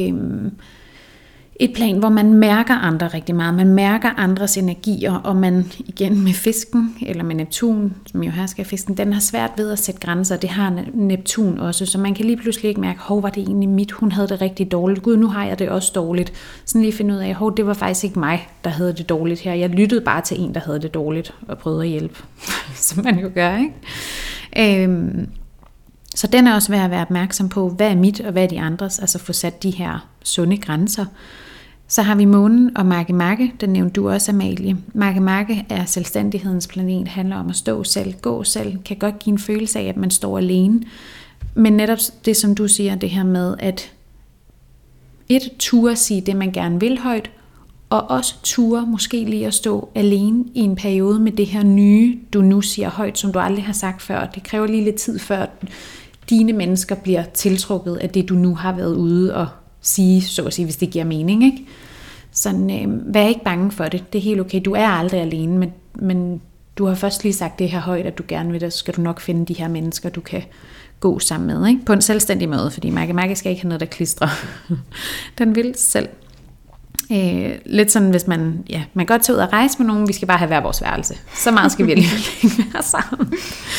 et plan, hvor man mærker andre rigtig meget. Man mærker andres energier, og man igen med fisken, eller med Neptun, som jo hersker i fisken, den har svært ved at sætte grænser. Det har Neptun også, så man kan lige pludselig ikke mærke, var det egentlig mit? Hun havde det rigtig dårligt. Gud, nu har jeg det også dårligt. Sådan lige finde ud af, det var faktisk ikke mig, der havde det dårligt her. Jeg lyttede bare til en, der havde det dårligt, og prøvede at hjælpe, som man jo gør, ikke? Så den er også værd at være opmærksom på, hvad er mit og hvad er de andres, altså få sat de her sunde grænser. Så har vi månen og Makemake, den nævnte du også, Amalie. Makemake er selvstændighedens planet, handler om at stå selv, gå selv, kan godt give en følelse af, at man står alene. Men netop det, som du siger, det her med, at ture sige det, man gerne vil højt, og også ture måske lige at stå alene i en periode med det her nye, du nu siger højt, som du aldrig har sagt før. Det kræver lige lidt tid, før dine mennesker bliver tiltrukket af det, du nu har været ude og sige, så at sige, hvis det giver mening, ikke? Sådan, vær ikke bange for det. Det er helt okay. Du er aldrig alene, men du har først lige sagt det her højt, at du gerne vil det, så skal du nok finde de her mennesker, du kan gå sammen med, ikke? På en selvstændig måde, fordi Makemake skal ikke have noget, der klistrer. Den vil selv. Lidt sådan, hvis man kan godt tage ud og rejse med nogen, vi skal bare have hver vores værelse. Så meget skal vi alligevel være sammen.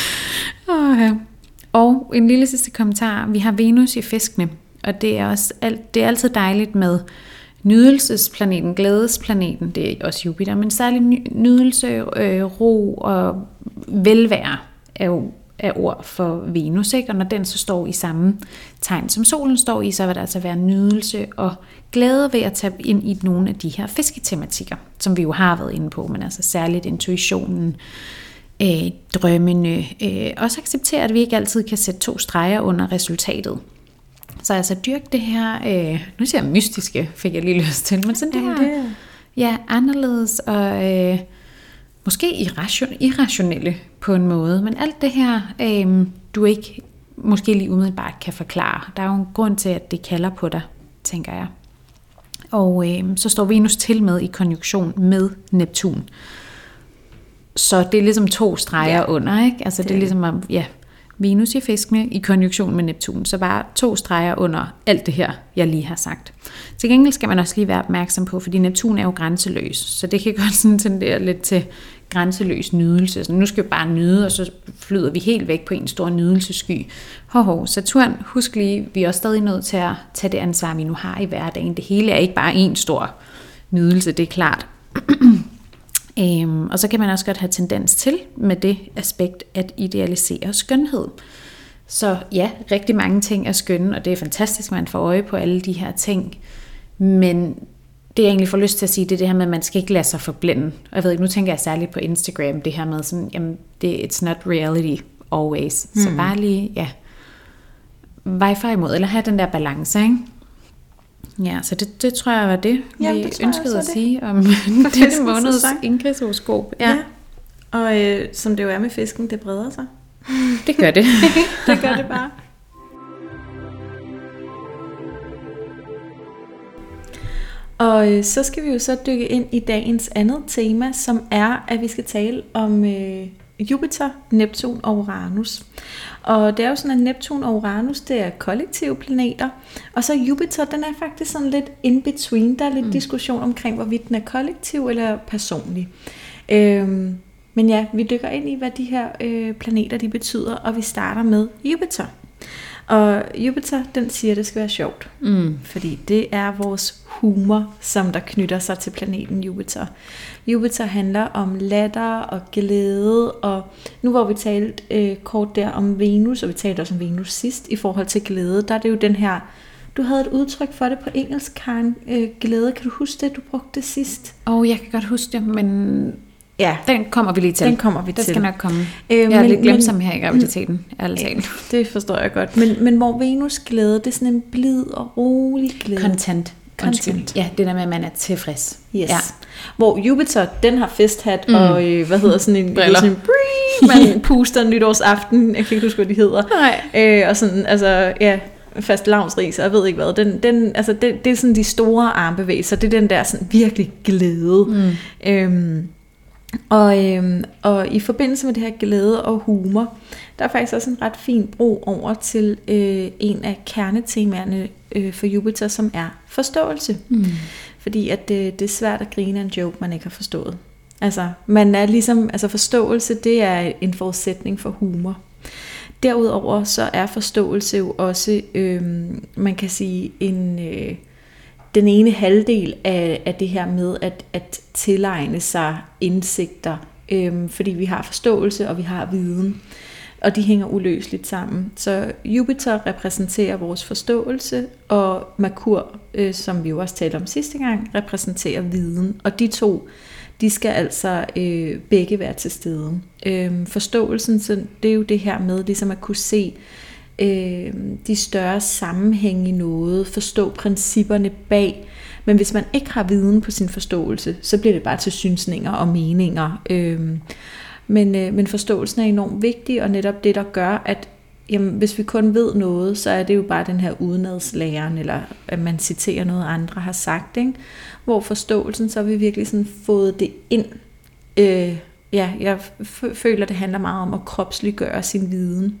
Og en lille sidste kommentar. Vi har Venus i fiskene, og det er altid dejligt med nydelsesplaneten, glædesplaneten, det er også Jupiter, men særligt nydelse, ro og velvære er ord for Venus, ikke? Og når den så står i samme tegn som solen står i, så vil der altså være nydelse og glæde ved at tage ind i nogle af de her fisketematikker, som vi jo har været inde på, men altså særligt intuitionen, drømmene, også acceptere, at vi ikke altid kan sætte 2 streger under resultatet. Så altså dyrk det her, nu siger jeg mystiske, fik jeg lige lyst til, men sådan det her, anderledes og måske irrationelle på en måde, men alt det her, du ikke måske lige umiddelbart kan forklare. Der er jo en grund til, at det kalder på dig, tænker jeg. Og så står Venus til med i konjunktion med Neptun. Så det er ligesom 2 streger under, ikke? Altså det er ligesom, Venus i fiskene i konjunktion med Neptun, så bare 2 streger under alt det her, jeg lige har sagt. Til gengæld skal man også lige være opmærksom på, fordi Neptun er jo grænseløs, så det kan godt sådan tendere lidt til grænseløs nydelse. Så nu skal vi bare nyde, og så flyder vi helt væk på en stor nydelsesky. Saturn, husk lige, vi er også stadig nødt til at tage det ansvar, vi nu har i hverdagen. Det hele er ikke bare en stor nydelse, det er klart. Og så kan man også godt have tendens til med det aspekt at idealisere skønhed. Så ja, rigtig mange ting er skønne, og det er fantastisk, at man får øje på alle de her ting. Men det jeg egentlig får lyst til at sige, det er det her med, at man skal ikke lade sig forblænde. Og jeg ved ikke, nu tænker jeg særligt på Instagram, det her med sådan, jamen, it's not reality always. Så bare lige, wifi imod, eller have den der balance, ikke? Ja, så det tror jeg var det, vi ønskede at sige om denne måneds Ingrids-horoskop. Ja. Og som det jo er med fisken, det breder sig. Det gør det. Det gør det bare. Og så skal vi jo så dykke ind i dagens andet tema, som er, at vi skal tale om Jupiter, Neptun og Uranus. Og det er jo sådan, at Neptun og Uranus, det er kollektive planeter, og så Jupiter, den er faktisk sådan lidt in between. Der er lidt diskussion omkring, hvorvidt den er kollektiv eller personlig. Men ja, vi dykker ind i, hvad de her planeter de betyder, og vi starter med Jupiter. Og Jupiter, den siger, at det skal være sjovt, fordi det er vores humor, som der knytter sig til planeten Jupiter. Jupiter handler om latter og glæde, og nu hvor vi talte kort der om Venus, og vi talte også om Venus sidst i forhold til glæde, der er det jo den her, du havde et udtryk for det på engelsk, Karen, glæde, kan du huske det, du brugte det sidst? Jeg kan godt huske det, men ja, den kommer vi lige til. Den skal nok komme. Jeg er lidt glemsom her i graviditeten, ærligt talt. Det forstår jeg godt. Men hvor Venus glæde, det er sådan en blid og rolig glæde. Content. Ja, det der med, at man er tilfreds. Yes. Ja. Hvor Jupiter, den har festhat og sådan en man puster nytårsaften, jeg kan ikke huske, hvad de hedder. Nej. Og sådan, altså, ja, fastelavnsris, og jeg ved ikke hvad. Det er sådan de store armbevægelser, det er den der sådan virkelig glæde. Og i forbindelse med det her glæde og humor, der er faktisk også en ret fin bro over til en af kernetemaerne for Jupiter, som er forståelse. Fordi at det er svært at grine af en joke, man ikke har forstået. Altså, man er ligesom, forståelse, det er en forudsætning for humor. Derudover så er forståelse jo også, man kan sige, den ene halvdel af det her med at tilegne sig indsigter, fordi vi har forståelse, og vi har viden, og de hænger uløseligt sammen. Så Jupiter repræsenterer vores forståelse, og Merkur, som vi jo også talte om sidste gang, repræsenterer viden, og de to, de skal altså begge være til stede. Forståelsen, så det er jo det her med ligesom at kunne se de større sammenhæng i noget, forstå principperne bag. Men hvis man ikke har viden på sin forståelse, så bliver det bare til synsninger og meninger. Men forståelsen er enormt vigtig, og netop det, der gør, at hvis vi kun ved noget, så er det jo bare den her udenadslæren, eller at man citerer noget, andre har sagt, ikke? Hvor forståelsen, så har vi virkelig sådan fået det ind. Jeg føler, det handler meget om at kropsliggøre sin viden.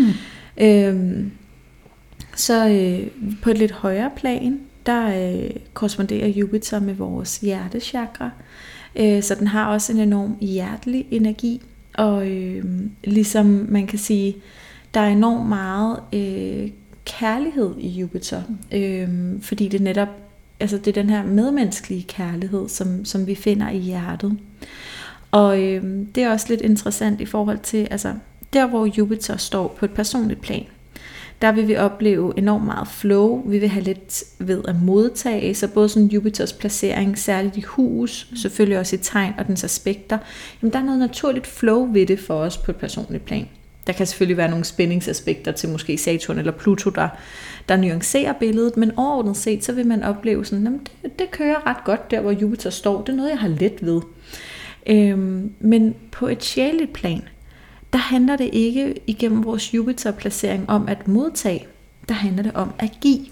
Så på et lidt højere plan, der korresponderer Jupiter med vores hjertechakra, så den har også en enorm hjertelig energi, og ligesom man kan sige, der er enormt meget kærlighed i Jupiter, fordi det netop, altså det er den her medmenneskelige kærlighed, som vi finder i hjertet. Og det er også lidt interessant i forhold til, altså der hvor Jupiter står på et personligt plan, der vil vi opleve enormt meget flow, vi vil have lidt ved at modtage, så både sådan Jupiters placering, særligt i hus, selvfølgelig også i tegn og dens aspekter, jamen der er noget naturligt flow ved det for os på et personligt plan. Der kan selvfølgelig være nogle spændingsaspekter til måske Saturn eller Pluto, der nuancerer billedet, men overordnet set, så vil man opleve sådan, at det kører ret godt der, hvor Jupiter står. Det er noget, jeg har let ved. Men på et sjæleligt plan, der handler det ikke igennem vores Jupiter-placering om at modtage, der handler det om at give.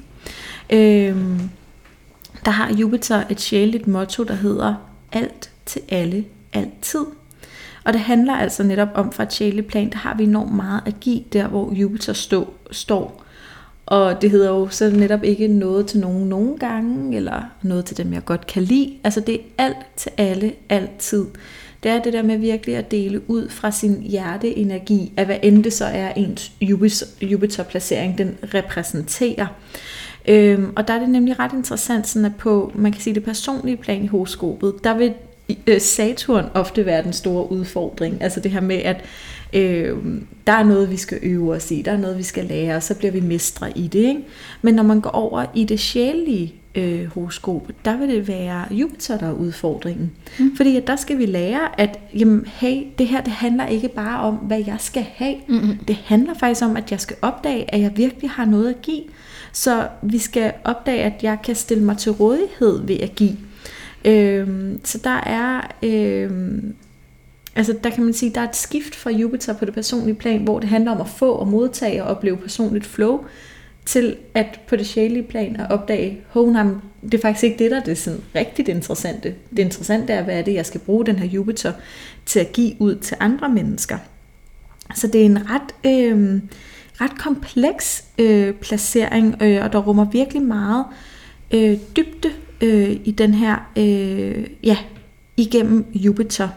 Der har Jupiter et sjæleligt motto, der hedder alt til alle, altid. Og det handler altså netop om, fra et sjæleligt plan, der har vi enormt meget at give, der hvor Jupiter står. Og det hedder jo så netop ikke noget til nogen nogle gange, eller noget til dem, jeg godt kan lide. Altså det er alt til alle, altid. det er det der med virkelig at dele ud fra sin hjerteenergi, af hvad end det så er ens Jupiter-placering, den repræsenterer. Og der er det nemlig ret interessant, sådan at på, man kan sige det personlige plan i horoskopet, der vil Saturn ofte være den store udfordring. Altså det her med, at der er noget, vi skal øve os i, der er noget, vi skal lære, og så bliver vi mestre i det. Ikke? Men når man går over i det sjælelige horoskop, der vil det være Jupiter, der er udfordringen. Fordi at der skal vi lære, at jamen, hey, det her det handler ikke bare om, hvad jeg skal have. Det handler faktisk om, at jeg skal opdage, at jeg virkelig har noget at give. Så vi skal opdage, at jeg kan stille mig til rådighed ved at give. Så der er altså der kan man sige, der er et skift fra Jupiter på det personlige plan, hvor det handler om at få og modtage og opleve personligt flow, til at på det sjælelige plan at opdage, det er faktisk ikke det, der er det sådan rigtigt interessante. Det interessante er, hvad er det, jeg skal bruge den her Jupiter til at give ud til andre mennesker. Så det er en ret kompleks placering, og der rummer virkelig meget dybde i den her, igennem Jupiter.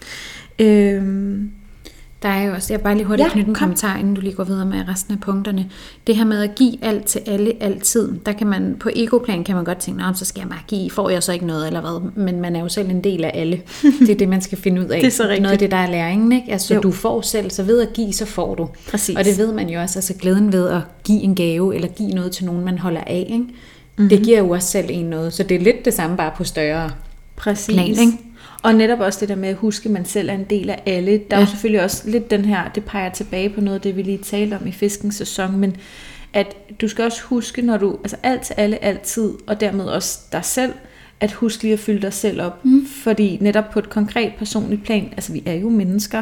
Der er jo også, jeg bare lige hurtigt knytte en kommentar, inden du lige går videre med resten af punkterne. Det her med at give alt til alle, altid, der kan man, på egoplan kan man godt tænke, så skal jeg bare give, får jeg så ikke noget, eller hvad? Men man er jo selv en del af alle. Det er det, man skal finde ud af. Det er så rigtigt. Noget af det, der er læringen, ikke? Altså, du får selv, så ved at give, så får du. Præcis. Og det ved man jo også, altså glæden ved at give en gave, eller give noget til nogen, man holder af, ikke? Det giver jo også selv en noget, så det er lidt det samme, bare på større plan, ikke? Og netop også det der med at huske, at man selv er en del af alle. Der er jo selvfølgelig også lidt den her, det peger tilbage på noget af det, vi lige talte om i fiskens sæson, men at du skal også huske, når du, altså alt til alle, altid, og dermed også dig selv, at huske lige at fylde dig selv op. Fordi netop på et konkret personligt plan, altså vi er jo mennesker,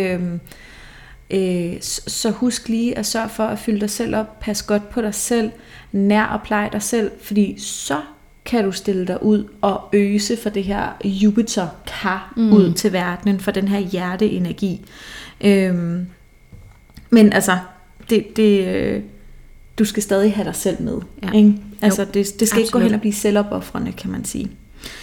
så husk lige at sørge for at fylde dig selv op, pas godt på dig selv, nær og pleje dig selv, fordi så kan du stille dig ud og øse for det her Jupiter-kar ud til verdenen, for den her hjerteenergi. Men altså, du skal stadig have dig selv med. Ja. Ikke? Altså, det skal absolut ikke gå hen og blive selvopoffrende, kan man sige.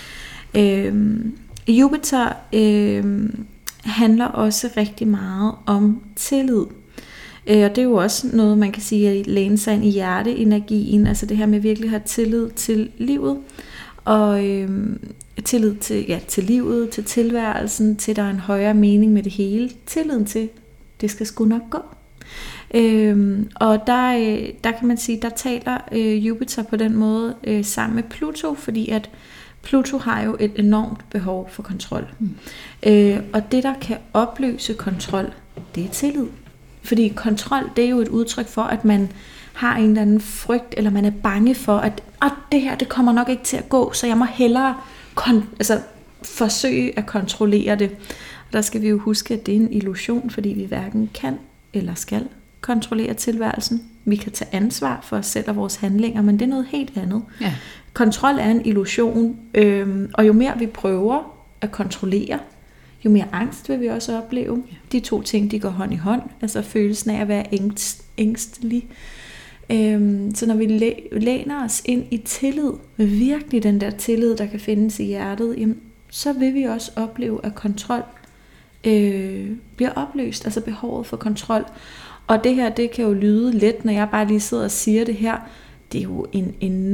Jupiter handler også rigtig meget om tillid. Og det er jo også noget, man kan sige, at læne sig ind i hjerteenergien, altså det her med virkelig at have tillid til livet, og tillid til livet, til tilværelsen, til der er en højere mening med det hele, tilliden til, det skal sgu nok gå. Og der kan man sige, der taler Jupiter på den måde sammen med Pluto, fordi at Pluto har jo et enormt behov for kontrol. Og det, der kan opløse kontrol, det er tillid. Fordi kontrol, det er jo et udtryk for, at man har en eller anden frygt, eller man er bange for, at det her, det kommer nok ikke til at gå, så jeg må hellere forsøge at kontrollere det. Og der skal vi jo huske, at det er en illusion, fordi vi hverken kan eller skal kontrollere tilværelsen. Vi kan tage ansvar for os selv og vores handlinger, men det er noget helt andet. Ja. Kontrol er en illusion, og jo mere vi prøver at kontrollere, jo mere angst vil vi også opleve. De to ting, de går hånd i hånd. Altså følelsen af at være ængstelig. Så når vi læner os ind i tillid, virkelig den der tillid, der kan findes i hjertet, jamen, så vil vi også opleve, at kontrol bliver opløst. Altså behovet for kontrol. Og det her, det kan jo lyde let, når jeg bare lige sidder og siger det her. Det er jo en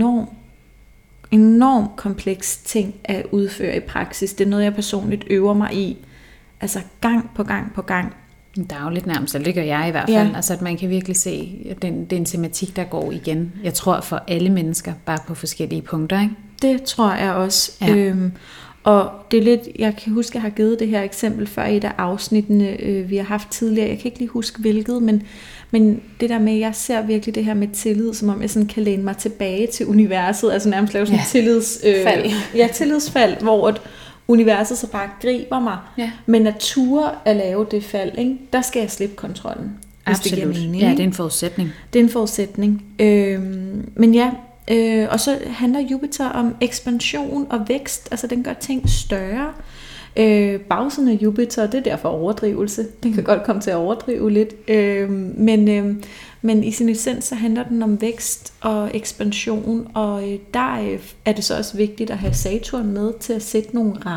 enorm kompleks ting at udføre i praksis. Det er noget, jeg personligt øver mig i. Altså gang på gang på gang. Der er jo lidt nærmest, det gør jeg i hvert fald. Ja. Altså at man kan virkelig se, at det er en tematik, der går igen. Jeg tror for alle mennesker, bare på forskellige punkter, ikke? Det tror jeg også. Ja. Og det er lidt, jeg kan huske, at jeg har givet det her eksempel før i et af afsnittene, vi har haft tidligere. Jeg kan ikke lige huske hvilket, men det der med, jeg ser virkelig det her med tillid, som om jeg sådan kan læne mig tilbage til universet, altså nærmest lave sådan en tillidsfald. Tillidsfald, hvor at universet så bare griber mig. Ja. Men at ture at lave det fald, ikke? Der skal jeg slippe kontrollen. Absolut. Det giver mening, ja, det er en forudsætning. Det er en forudsætning. Men ja, og så handler Jupiter om ekspansion og vækst, altså den gør ting større. Bagsiden af Jupiter, det er derfor overdrivelse. Den kan godt komme til at overdrive lidt. Men i sin essens, så handler den om vækst og ekspansion, og der er det så også vigtigt at have Saturn med til at sætte nogle rammer.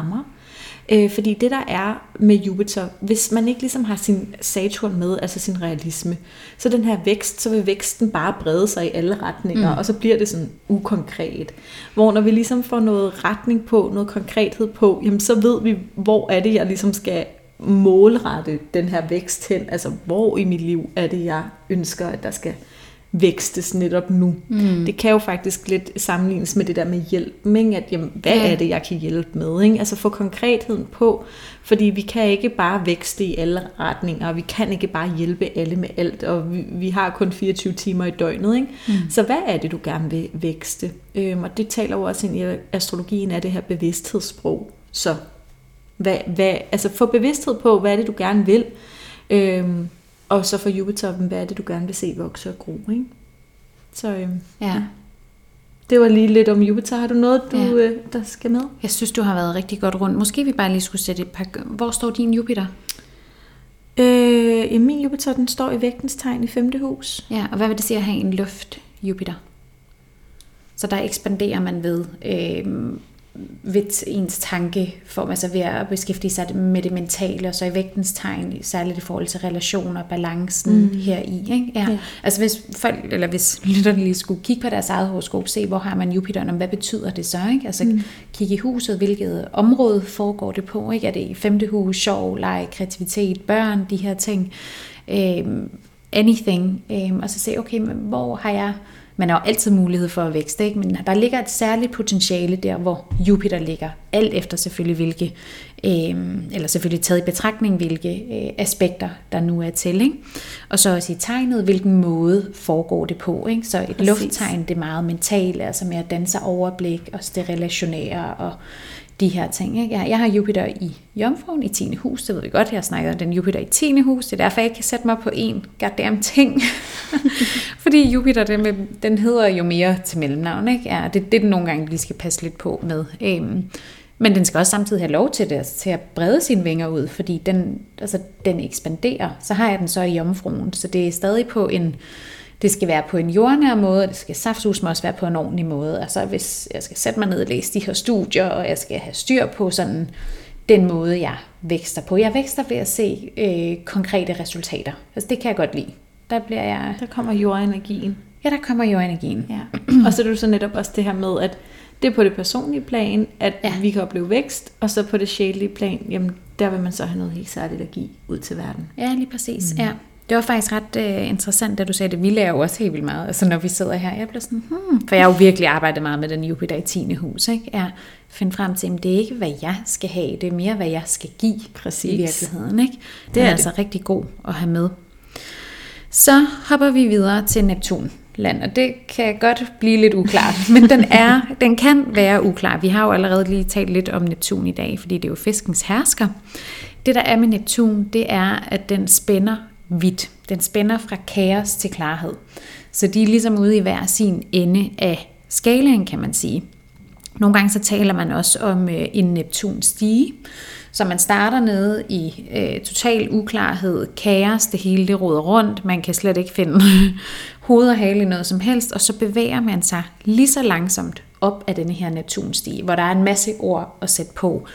Fordi det der er med Jupiter, hvis man ikke ligesom har sin Saturn med, altså sin realisme, så den her vækst, så vil væksten bare brede sig i alle retninger, og så bliver det sådan ukonkret. Hvor når vi ligesom får noget retning på, noget konkrethed på, jamen så ved vi, hvor er det, jeg ligesom skal målrette den her vækst hen, altså hvor i mit liv er det, jeg ønsker, at der skal vækstes netop nu. Det kan jo faktisk lidt sammenlignes med det der med hjælp, ikke? At jamen, hvad er det, jeg kan hjælpe med? Ikke? Altså få konkretheden på, fordi vi kan ikke bare vækste i alle retninger, og vi kan ikke bare hjælpe alle med alt, og vi har kun 24 timer i døgnet. Ikke? Så hvad er det, du gerne vil vækste? Og det taler jo også ind i astrologien af det her bevidsthedssprog. Så altså få bevidsthed på, hvad er det, du gerne vil, og så for Jupiter, hvad er det, du gerne vil se vokse og gro, ikke? Så det var lige lidt om Jupiter. Har du noget, der skal med? Jeg synes, du har været rigtig godt rundt. Måske vi bare lige skulle sætte et par... Hvor står din Jupiter? Min Jupiter, den står i vægtens tegn i 5. hus. Ja, og hvad vil det sige at have en luft Jupiter? Så der ekspanderer man ved ens tankeform, altså ved at beskæftige sig med det mentale, og så i vægtens tegn, særligt i forhold til relationer og balancen heri. Ikke? Ja. Altså hvis folk, eller hvis lytterne lige skulle kigge på deres eget horoskop, se hvor har man Jupiter, hvad betyder det så? Ikke? Altså kigge i huset, hvilket område foregår det på? Ikke? Er det i 5. hus, sjov, leg, kreativitet, børn, de her ting, anything, og så se, okay, men hvor har jeg... Man har jo altid mulighed for at vækste, ikke? Men der ligger et særligt potentiale der, hvor Jupiter ligger. Alt efter selvfølgelig hvilke, eller selvfølgelig taget i betragtning, hvilke aspekter der nu er til. Ikke? Og så også i tegnet, hvilken måde foregår det på. Ikke? Så et lufttegn, det er meget mentalt, altså med at danse overblik, og det relationære og de her ting. Ikke? Jeg har Jupiter i Jomfruen i 10. hus, det ved vi godt, jeg snakker om den Jupiter i 10. hus, det er derfor, jeg ikke kan sætte mig på en goddamn ting. Fordi Jupiter, den hedder jo mere til mellemnavn, ikke? Ja, det er det, den nogle gange lige skal passe lidt på med. Men den skal også samtidig have lov til det, altså til at brede sine vinger ud, fordi den ekspanderer. Så har jeg den så i Jomfruen, så det er stadig på det skal være på en jordnær måde, og det skal saftsusme også være på en ordentlig måde. Altså hvis jeg skal sætte mig ned og læse de her studier, og jeg skal have styr på sådan den måde, jeg vækster på. Jeg vækster ved at se konkrete resultater. Altså det kan jeg godt lide. Der kommer jordenergien. Ja, der kommer jordenergien. Ja. Og så er det så netop også det her med, at det er på det personlige plan, at vi kan opleve vækst, og så på det sjælelige plan, jamen der vil man så have noget helt særligt at give ud til verden. Ja, lige præcis. Ja. Det var faktisk ret interessant, da du sagde det. Vi lærer jo også helt vildt meget, altså når vi sidder her. Jeg bliver sådan, for jeg har jo virkelig arbejdet meget med den Jupiter i 10. hus, ikke? Jeg finder frem til, at det er ikke, hvad jeg skal have, det er mere, hvad jeg skal give. Præcis. I virkeligheden, ikke? Det er altså rigtig god at have med. Så hopper vi videre til Neptunland, og det kan godt blive lidt uklart, men den kan være uklar. Vi har jo allerede lige talt lidt om Neptun i dag, fordi det er jo fiskens hersker. Det der er med Neptun, det er, at den spænder vidt. Den spænder fra kaos til klarhed. Så de er ligesom ude i hver sin ende af skalaen, kan man sige. Nogle gange så taler man også om en Neptun-stige, så man starter nede i total uklarhed, kaos, det hele det roder rundt, man kan slet ikke finde hoved og hale i noget som helst, og så bevæger man sig lige så langsomt op af denne her Neptun-stige, hvor der er en masse ord at sætte på.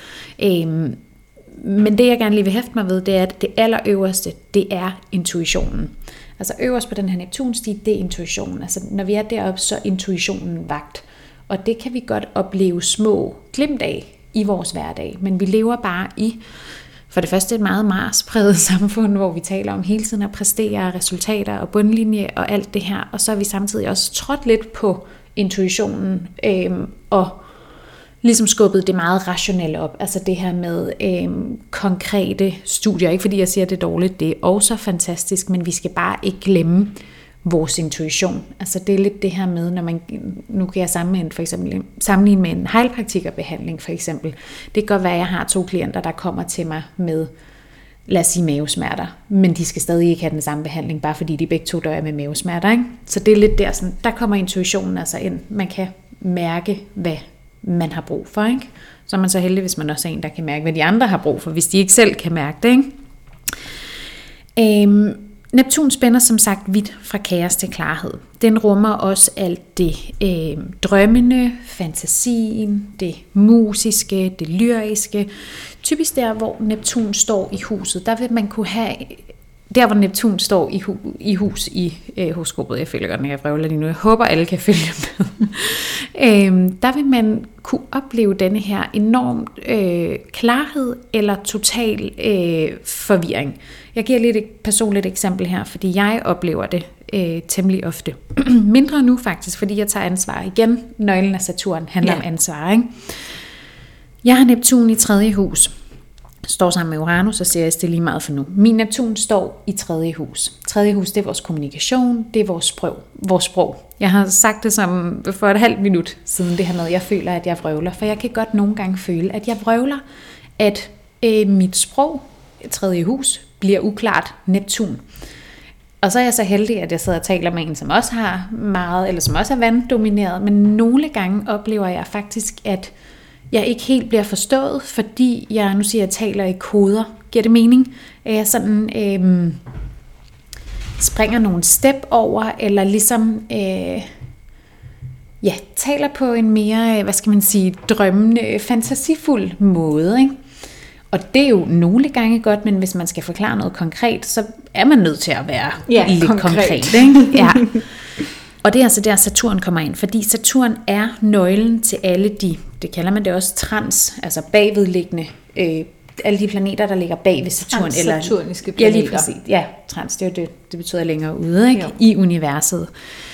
Men det jeg gerne lige vil hæfte mig ved, det er, at det allerøverste, det er intuitionen. Altså øverst på den her Neptun-stige, det er intuitionen. Altså når vi er deroppe, så er intuitionen vagt. Og det kan vi godt opleve små glimt af i vores hverdag. Men vi lever bare i, for det første, et meget Mars-præget samfund, hvor vi taler om hele tiden at præstere resultater og bundlinje og alt det her. Og så er vi samtidig også trådt lidt på intuitionen og ligesom skubbet det meget rationelle op. Altså det her med konkrete studier. Ikke fordi jeg siger, at det er dårligt, det er også fantastisk, men vi skal bare ikke glemme vores intuition. Altså det er lidt det her med, når man, nu kan jeg sammenligne med en heilpraktikerbehandling for eksempel. Det kan godt være, at jeg har 2 klienter, der kommer til mig med, lad os sige, mavesmerter, men de skal stadig ikke have den samme behandling, bare fordi de begge 2 dør med mavesmerter. Ikke? Så det er lidt der, sådan, der kommer intuitionen altså ind. Man kan mærke, hvad man har brug for. Ikke? Så er man så heldig, hvis man også er en, der kan mærke, hvad de andre har brug for, hvis de ikke selv kan mærke det. Ikke? Neptun spænder som sagt vidt fra kaos til klarhed. Den rummer også alt det drømmende, fantasien, det musiske, det lyriske. Typisk der, hvor Neptun står i huset, der vil man kunne have... Der, hvor Neptun står i hus i horoskopet, jeg føler godt, når jeg vrøvler lige nu, jeg håber, alle kan følge med, der vil man kunne opleve denne her enorm klarhed eller total forvirring. Jeg giver lidt et personligt eksempel her, fordi jeg oplever det temmelig ofte. Mindre nu faktisk, fordi jeg tager ansvar igen. Nøglen af Saturn handler om ansvar, ikke? Jeg har Neptun i 3. hus. Står sammen med Uranus, og ser jeg det lige meget for nu. Min Neptun står i 3. hus. 3. hus, det er vores kommunikation, det er vores sprog. Jeg har sagt det som for et halvt minut siden det her med, jeg føler, at jeg vrøvler. For jeg kan godt nogle gange føle, at jeg vrøvler, at mit sprog, 3. hus, bliver uklart Neptun. Og så er jeg så heldig, at jeg sidder og taler med en, som også har meget, eller som også er vanddomineret, men nogle gange oplever jeg faktisk, at jeg ikke helt bliver forstået, fordi jeg taler i koder. Giver det mening? Jeg sådan springer nogle step over, eller ligesom taler på en mere, drømmende, fantasifuld måde, ikke? Og det er jo nogle gange godt, men hvis man skal forklare noget konkret, så er man nødt til at være lidt konkret, ikke? Ja. Og det er altså der Saturn kommer ind, fordi Saturn er nøglen til alle det kalder man det også trans, altså bagvedliggende, alle de planeter, der ligger bag ved Saturn. Trans-saturniske planeter. Ja, lige præcis. Ja, trans, det er jo det betyder længere ude, ikke? I universet.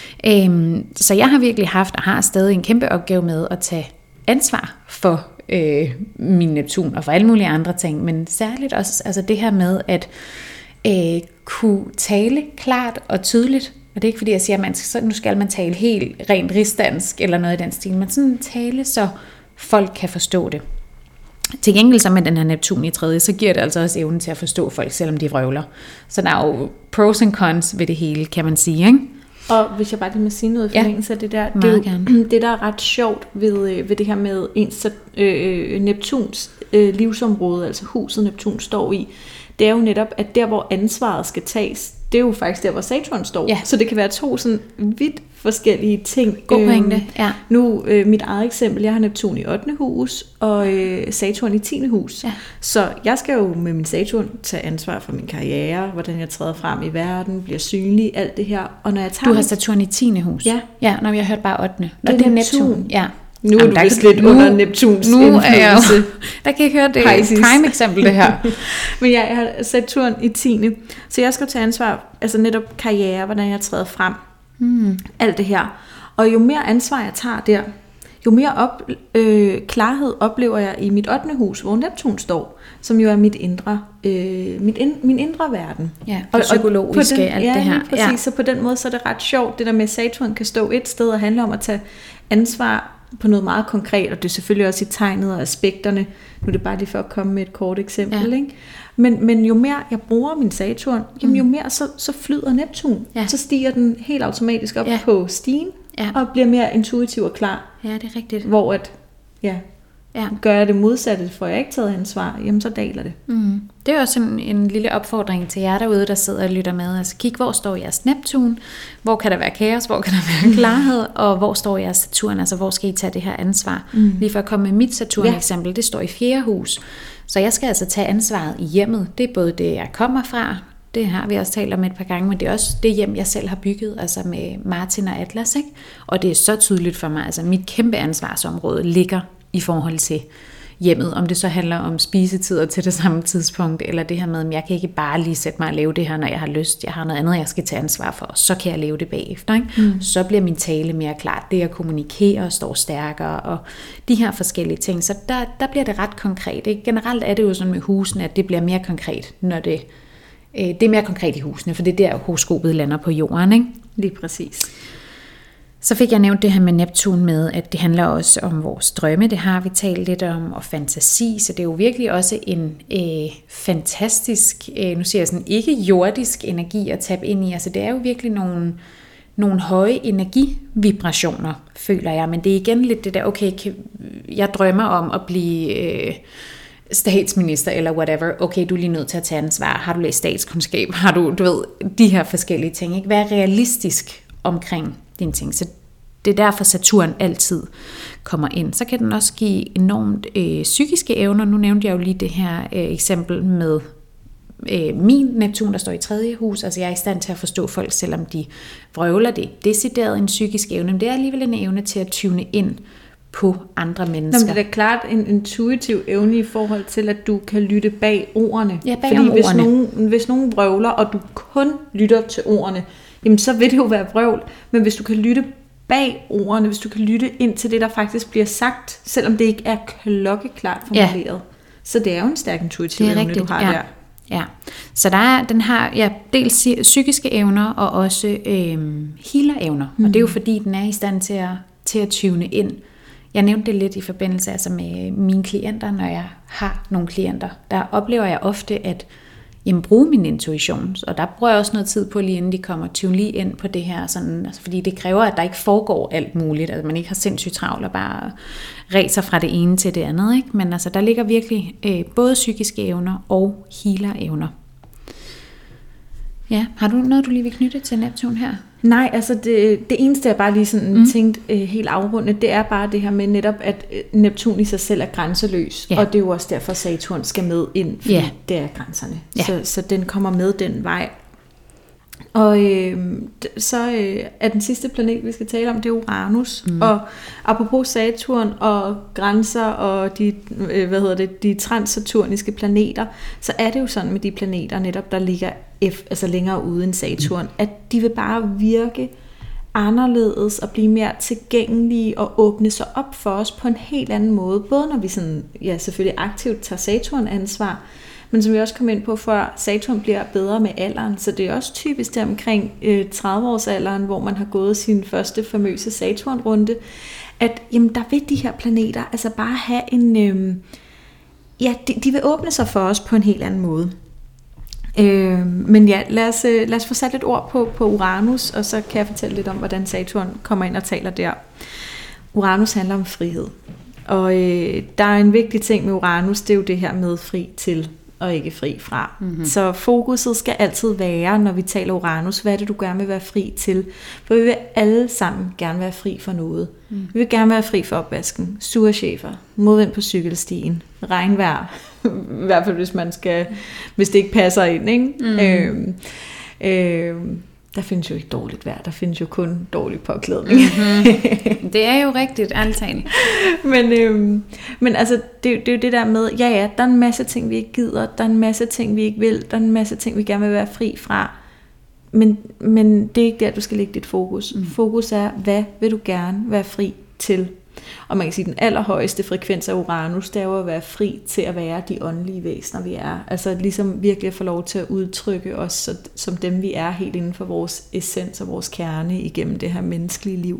Så jeg har virkelig haft og har stadig en kæmpe opgave med at tage ansvar for min Neptun og for alle mulige andre ting, men særligt også altså det her med at kunne tale klart og tydeligt. Og det er ikke fordi, jeg siger, at nu skal man tale helt rent rigsdansk eller noget i den stil, men sådan tale, så folk kan forstå det. Til gengæld så med den her Neptun i 3., så giver det altså også evnen til at forstå folk, selvom de vrøvler. Så der er jo pros and cons ved det hele, kan man sige, ikke? Og hvis jeg bare lige må sige noget i forlængelse af det der, det der er ret sjovt ved det her med ens Neptuns livsområde, altså huset Neptun står i, det er jo netop, at der hvor ansvaret skal tages, det er jo faktisk der hvor Saturn står. Ja. Så det kan være 2 sådan vidt forskellige ting. God pointe, ja. Nu mit eget eksempel, jeg har Neptun i 8. hus og Saturn i 10. hus. Ja. Så jeg skal jo med min Saturn tage ansvar for min karriere, hvordan jeg træder frem i verden, bliver synlig, alt det her. Og når jeg tager du har Saturn i 10. hus? Ja. Ja, når jeg har hørt bare 8. Når det er Neptun. Ja. Nu er du vist lidt under Neptuns indflydelse. Der kan jeg høre, det er et prime eksempel det her. Men jeg har Saturn i 10. Så jeg skal tage ansvar, altså netop karriere, hvordan jeg træder frem. Alt det her. Og jo mere ansvar jeg tager der, jo mere klarhed oplever jeg i mit 8. hus, hvor Neptun står, som jo er mit indre, min indre verden. Ja, og psykologiske, alt det her. Præcis, ja. Så på den måde så er det ret sjovt, det der med at Saturn kan stå et sted og handle om at tage ansvar på noget meget konkret, og det er selvfølgelig også i tegnet og aspekterne. Nu er det bare lige for at komme med et kort eksempel, ikke? Men jo mere jeg bruger min Saturn, jamen jo mere så flyder Neptun. Ja. Så stiger den helt automatisk op på stigen, og bliver mere intuitiv og klar. Ja, det er rigtigt. Hvor at, gør jeg det modsatte, får jeg ikke taget ansvar, jamen så daler det. Det er også en lille opfordring til jer derude, der sidder og lytter med. Altså kig, hvor står jeres Neptun? Hvor kan der være kaos? Hvor kan der være klarhed? Og hvor står jeres Saturn? Altså hvor skal I tage det her ansvar? Lige for at komme med mit Saturn eksempel, det står i 4. hus. Så jeg skal altså tage ansvaret i hjemmet. Det er både det, jeg kommer fra, det har vi også talt om et par gange, men det er også det hjem, jeg selv har bygget, altså med Martin og Atlas, ikke? Og det er så tydeligt for mig, altså mit kæmpe ansvarsområde ligger i forhold til hjemmet, om det så handler om spisetider til det samme tidspunkt, eller det her med, at jeg kan ikke bare lige sætte mig og lave det her, når jeg har lyst. Jeg har noget andet, jeg skal tage ansvar for, og så kan jeg lave det bagefter. Ikke? Så bliver min tale mere klart. Det at kommunikere står stærkere, og de her forskellige ting. Så der bliver det ret konkret. Ikke? Generelt er det jo sådan med husene, at det bliver mere konkret, når det er mere konkret i husene, for det er der horoskopet lander på jorden. Ikke? Lige præcis. Så fik jeg nævnt det her med Neptun med, at det handler også om vores drømme, det har vi talt lidt om, og fantasi, så det er jo virkelig også en fantastisk, nu siger jeg sådan, ikke jordisk energi at tabe ind i, altså det er jo virkelig nogle høje energivibrationer, føler jeg, men det er igen lidt det der, okay, jeg drømmer om at blive statsminister eller whatever, okay, du er lige nødt til at tage ansvar, har du læst statskundskab, har du ved, de her forskellige ting, ikke? Vær realistisk omkring dine ting, så det er derfor Saturn altid kommer ind. Så kan den også give enormt psykiske evner. Nu nævnte jeg jo lige det her eksempel med min Neptun, der står i 3. hus. Altså jeg er i stand til at forstå folk, selvom de vrøvler. Det er decideret en psykisk evne, men det er alligevel en evne til at tune ind på andre mennesker. Jamen, det er da klart en intuitiv evne i forhold til, at du kan lytte bag ordene. Ja, bag om ordene. Hvis nogen vrøvler, og du kun lytter til ordene, jamen så vil det jo være vrøvl. Men hvis du kan lytte bag ordene, hvis du kan lytte ind til det, der faktisk bliver sagt, selvom det ikke er klokkeklart formuleret. Så det er jo en stærk intuitiv evne, du har der. Ja, så der er den her, dels psykiske evner, og også healer-evner. Og det er jo fordi, den er i stand til at tune ind. Jeg nævnte det lidt i forbindelse altså med mine klienter, når jeg har nogle klienter. Der oplever jeg ofte at bruge min intuition, og der bruger jeg også noget tid på lige inden de kommer tune lige ind på det her, sådan, altså, fordi det kræver, at der ikke foregår alt muligt, at man ikke har sindssygt travlt og bare ræser fra det ene til det andet, ikke? Men altså, der ligger virkelig både psykiske evner og healer-evner. Ja, har du noget, du lige vil knytte til Neptun her? Nej, altså det eneste, jeg bare lige sådan tænkte helt afrundet, det er bare det her med netop, at Neptun i sig selv er grænseløs. Ja. Og det er jo også derfor, Saturn skal med ind, fordi det er grænserne. Ja. Så den kommer med den vej. Og så er den sidste planet, vi skal tale om, det er Uranus. Og apropos Saturn og grænser og de transsaturniske planeter, så er det jo sådan med de planeter netop, der ligger altså længere ude end Saturn, at de vil bare virke anderledes og blive mere tilgængelige og åbne sig op for os på en helt anden måde. Både når vi sådan, selvfølgelig aktivt tager Saturn ansvar, men som vi også kom ind på før, Saturn bliver bedre med alderen, så det er også typisk der omkring 30-årsalderen, hvor man har gået sin første famøse Saturn-runde, at jamen, der vil de her planeter altså bare have en... de vil åbne sig for os på en helt anden måde. Men ja, lad os få sat lidt ord på Uranus, og så kan jeg fortælle lidt om, hvordan Saturn kommer ind og taler der. Uranus handler om frihed, og der er en vigtig ting med Uranus, det er jo det her med fri til og ikke fri fra. Så fokuset skal altid være, når vi taler Uranus, hvad er det, du gerne vil være fri til? For vi vil alle sammen gerne være fri for noget. Vi vil gerne være fri for opvasken, sure chefer, modvind på cykelstien, regnvejr, i hvert fald hvis det ikke passer ind, ikke? Der findes jo ikke dårligt vejr, der findes jo kun dårlig påklædning. Det er jo rigtigt, ærligt talt. Men altså, det er jo det der med, der er en masse ting, vi ikke gider, der er en masse ting, vi ikke vil, der er en masse ting, vi gerne vil være fri fra. Men det er ikke der, du skal lægge dit fokus. Fokus er, hvad vil du gerne være fri til? Og man kan sige, at den allerhøjeste frekvens af Uranus, det er jo at være fri til at være de åndelige væsener, vi er. Altså ligesom virkelig at få lov til at udtrykke os som dem, vi er, helt inden for vores essens og vores kerne igennem det her menneskelige liv.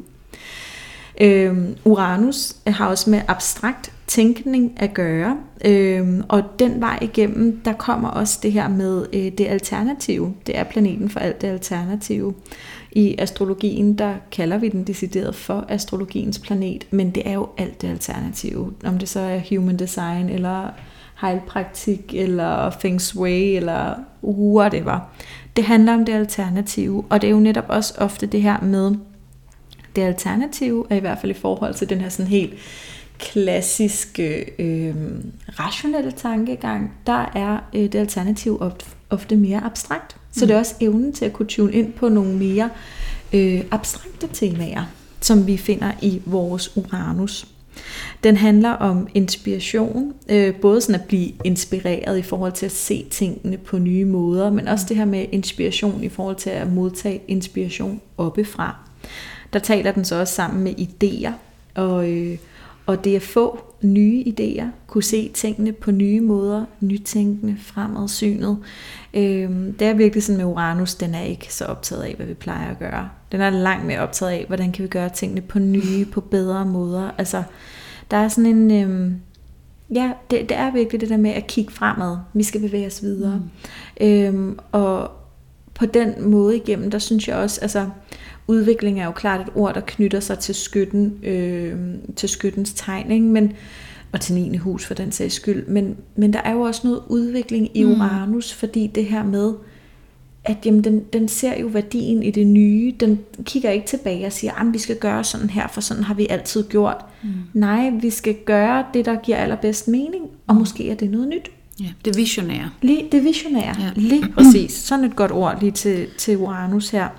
Uranus har også med abstrakt tænkning at gøre, og den vej igennem, der kommer også det her med det alternative. Det er planeten for alt det alternative. I astrologien, der kalder vi den decideret for astrologiens planet, men det er jo alt det alternative. Om det så er human design, eller heilpraktik, eller feng shui, eller whatever. Det handler om det alternative, og det er jo netop også ofte det her med det alternative, er i hvert fald i forhold til den her sådan helt klassiske rationelle tankegang, der er det alternative ofte mere abstrakt. Så det er også evnen til at kunne tune ind på nogle mere abstrakte temaer, som vi finder i vores Uranus. Den handler om inspiration, både sådan at blive inspireret i forhold til at se tingene på nye måder, men også det her med inspiration i forhold til at modtage inspiration oppefra. Der taler den så også sammen med idéer, og det at få nye idéer, kunne se tingene på nye måder, nytænkende, fremadsynet. Det er virkelig sådan med Uranus, den er ikke så optaget af, hvad vi plejer at gøre. Den er langt mere optaget af, hvordan kan vi gøre tingene på nye, på bedre måder. Altså, der er sådan en... det er virkelig det der med at kigge fremad. Vi skal bevæge os videre. Og på den måde igennem, der synes jeg også, altså udvikling er jo klart et ord, der knytter sig til skytten, til skyttens tegning, men og til 9. hus for den sags skyld. Men der er jo også noget udvikling i Uranus, fordi det her med, at jamen, den ser jo værdien i det nye. Den kigger ikke tilbage og siger, at vi skal gøre sådan her, for sådan har vi altid gjort. Nej, vi skal gøre det, der giver allerbedst mening, og måske er det noget nyt. Ja, det visionære. Det visionære, lige præcis. Sådan et godt ord lige til Uranus her.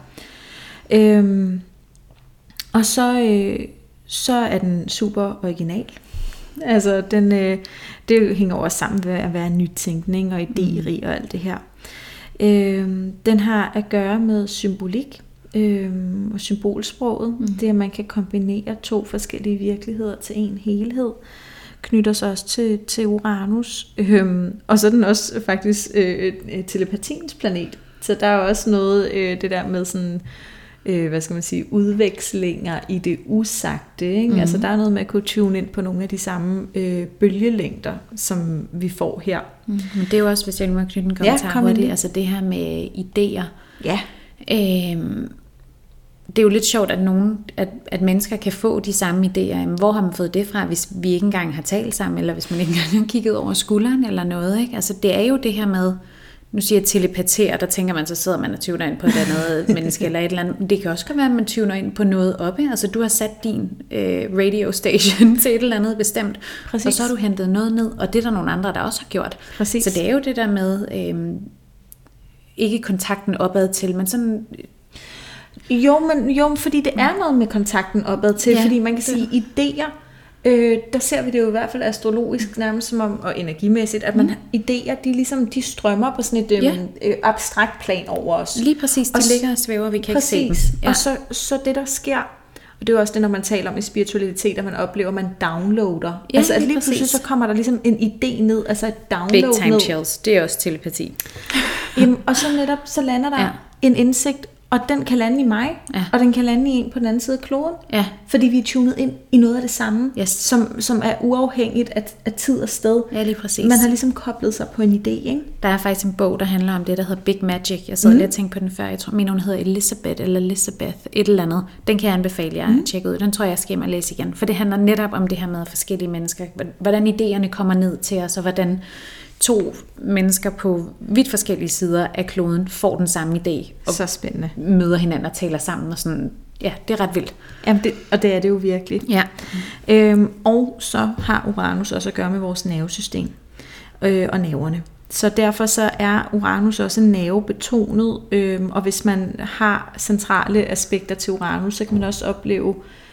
Og så er den super original. Altså, det hænger også sammen med at være nytænkning og idérig og alt det her. Den har at gøre med symbolik og symbolsproget. Det, at man kan kombinere 2 forskellige virkeligheder til en helhed, knytter sig også til Uranus. Og så er den også faktisk telepatiens planet. Så der er også noget, det der med sådan, hvad skal man sige, udvekslinger i det usagte. Ikke? Altså der er noget med at kunne tune ind på nogle af de samme bølgelængder, som vi får her. Men det er jo også, hvis jeg nu må knytte en kommentar hurtigt, altså det her med idéer. Ja. Det er jo lidt sjovt, at mennesker kan få de samme idéer. Hvor har man fået det fra, hvis vi ikke engang har talt sammen, eller hvis man ikke engang har kigget over skulderen eller noget. Ikke? Altså det er jo det her med, nu siger jeg telepatere, der tænker man, så sidder man og tuner ind på et andet menneske eller et eller andet. Det kan også være, at man tuner ind på noget oppe. Altså du har sat din radio station til et eller andet bestemt, præcis. Og så har du hentet noget ned, og det er der nogle andre, der også har gjort. Præcis. Så det er jo det der med, ikke kontakten opad til, men sådan... Jo, fordi det er noget med kontakten opad til, fordi man kan sige, idéer, der ser vi det jo i hvert fald astrologisk nærmest som om, og energimæssigt, at man idéer, de strømmer på sådan et abstrakt plan over os. Lige præcis, de ligger og svæver, vi kan ikke se dem. Ja. Og så det der sker, og det er jo også det, når man taler om i spiritualitet, at man oplever, at man downloader. Ja, altså lige pludselig så kommer der ligesom en idé ned, altså et download Big time ned. chills, det er også telepati. Jamen, og så netop, så lander der en indsigt, og den kan lande i mig, og den kan lande i en på den anden side af kloden. Ja. Fordi vi er tunet ind i noget af det samme, som er uafhængigt af tid og sted. Ja, lige præcis. Man har ligesom koblet sig på en idé, ikke? Der er faktisk en bog, der handler om det, der hedder Big Magic. Jeg sad lige og tænkte på den før. Jeg tror, hun hedder Elizabeth, et eller andet. Den kan jeg anbefale jer at tjekke ud. Den tror jeg skal hjem og læse igen. For det handler netop om det her med forskellige mennesker. Hvordan idéerne kommer ned til os, og hvordan 2 mennesker på vidt forskellige sider af kloden får den samme idé. Og så spændende. Møder hinanden og taler sammen og sådan. Ja, det er ret vildt. Jamen og det er det jo virkelig. Ja. Og så har Uranus også at gøre med vores nervesystem og nerverne. Så derfor så er Uranus også en nervebetonet, og hvis man har centrale aspekter til Uranus, så kan man også opleve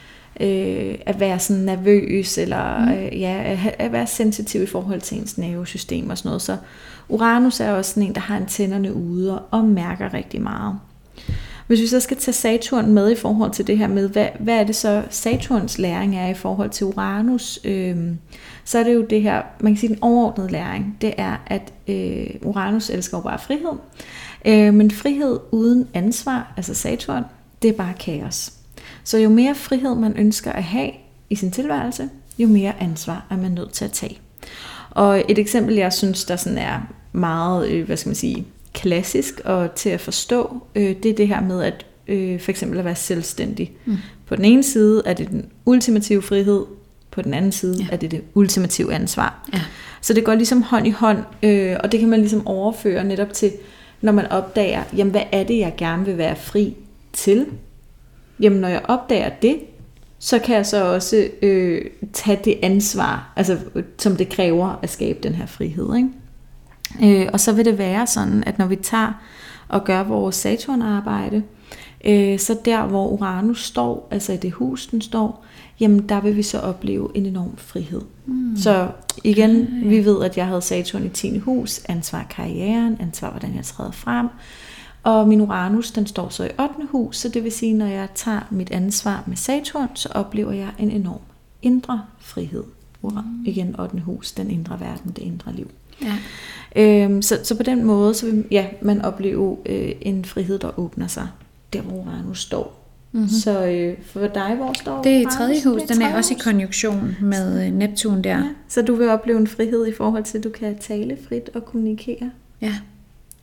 at være sådan nervøs, eller at være sensitiv i forhold til ens nervesystem og sådan noget. Så Uranus er også sådan en, der har antennerne ude og mærker rigtig meget. Hvis vi så skal tage Saturn med i forhold til det her med, hvad er det så Saturns læring er i forhold til Uranus, så er det jo det her, man kan sige den overordnede læring, det er, at Uranus elsker jo bare frihed, men frihed uden ansvar, altså Saturn, det er bare kaos. Så jo mere frihed man ønsker at have i sin tilværelse, jo mere ansvar er man nødt til at tage. Og et eksempel, jeg synes, der sådan er meget, klassisk og til at forstå, det er det her med at for eksempel at være selvstændig. På den ene side er det den ultimative frihed, på den anden side er det ultimative ansvar. Ja. Så det går ligesom hånd i hånd, og det kan man ligesom overføre netop til, når man opdager, jamen hvad er det, jeg gerne vil være fri til? Jamen når jeg opdager det, så kan jeg så også tage det ansvar, altså som det kræver at skabe den her frihed, ikke? Og så vil det være sådan, at når vi tager og gør vores Saturn-arbejde, så der hvor Uranus står, altså i det hus den står, jamen der vil vi så opleve en enorm frihed. Så igen, vi ved, at jeg havde Saturn i 10. hus, ansvar karrieren, ansvar hvordan jeg træder frem, og min Uranus, den står så i 8. hus, så det vil sige, når jeg tager mit ansvar med Saturn, så oplever jeg en enorm indre frihed. Igen 8. hus, den indre verden, det indre liv. Ja. Så på den måde, så vil man opleve en frihed, der åbner sig, der hvor Uranus står. Så for dig, hvor står det er i 3. hus, den er også i konjunktion med Neptun der. Ja. Så du vil opleve en frihed i forhold til, at du kan tale frit og kommunikere? Ja.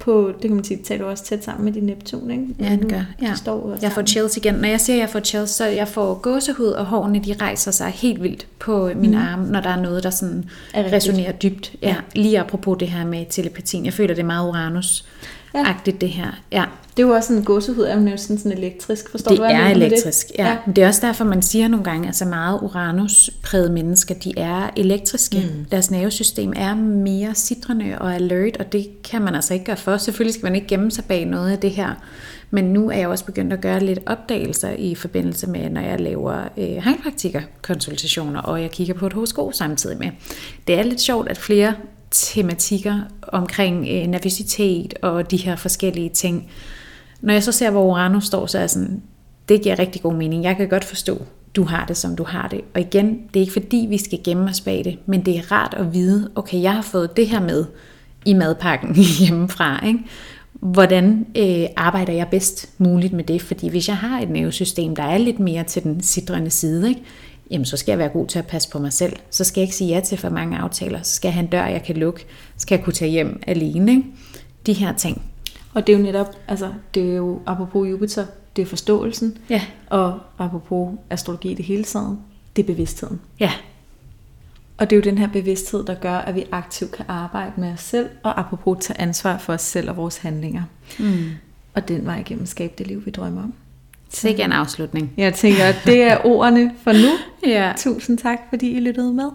på, det kan man sige, tager du også tæt sammen med din Neptun, ikke? Ja, det gør. Ja. Jeg får chills igen. Når jeg siger, at jeg får chills, så jeg får gåsehud, og hårene, de rejser sig helt vildt på min arm, når der er noget, der sådan resonerer dybt. Ja, lige apropos det her med telepatien. Jeg føler, det er meget Uranus-agtigt, det her. Ja. Det er jo også sådan, gåsehud er jo næsten sådan elektrisk, forstår du? Det er elektrisk, ja. Men det er også derfor, man siger nogle gange, altså meget Uranus-prægede mennesker, de er elektriske. Deres nervesystem er mere sitrende og alert, og det kan man altså ikke gøre for. Selvfølgelig skal man ikke gemme sig bag noget af det her. Men nu er jeg også begyndt at gøre lidt opdagelser i forbindelse med, når jeg laver heilpraktikerkonsultationer, og jeg kigger på et horoskop samtidig med. Det er lidt sjovt, at flere tematikker omkring nervøsitet og de her forskellige ting. Når jeg så ser, hvor Uranus står, så er sådan, det giver rigtig god mening. Jeg kan godt forstå, du har det, som du har det. Og igen, det er ikke fordi, vi skal gemme os bag det, men det er rart at vide, okay, jeg har fået det her med i madpakken hjemmefra, ikke? Hvordan arbejder jeg bedst muligt med det? Fordi hvis jeg har et nervesystem, der er lidt mere til den sitrende side, ikke? Jamen så skal jeg være god til at passe på mig selv. Så skal jeg ikke sige ja til for mange aftaler. Så skal jeg have en dør, jeg kan lukke. Så skal jeg kunne tage hjem alene, ikke? De her ting. Og det er jo netop, altså det er jo apropos Jupiter, det er forståelsen. Ja. Og apropos astrologi i det hele taget, det er bevidstheden. Ja. Og det er jo den her bevidsthed, der gør, at vi aktivt kan arbejde med os selv, og apropos tage ansvar for os selv og vores handlinger. Og den vej igennem skabe det liv, vi drømmer om. Sikke en afslutning. Jeg tænker, at det er ordene for nu. Ja. Tusind tak, fordi I lyttede med.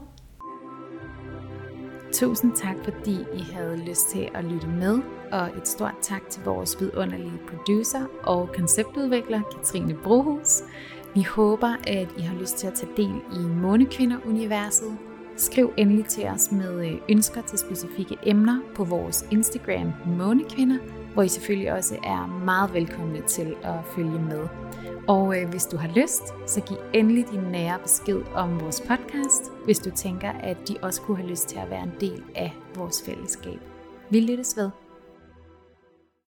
Tusind tak, fordi I havde lyst til at lytte med, og et stort tak til vores vidunderlige producer og konceptudvikler, Katrine Brohus. Vi håber, at I har lyst til at tage del i Månekvinder-universet. Skriv endelig til os med ønsker til specifikke emner på vores Instagram Månekvinder, hvor I selvfølgelig også er meget velkomne til at følge med. Og hvis du har lyst, så giv endelig din nære besked om vores podcast, hvis du tænker, at de også kunne have lyst til at være en del af vores fællesskab. Vi lyttes ved.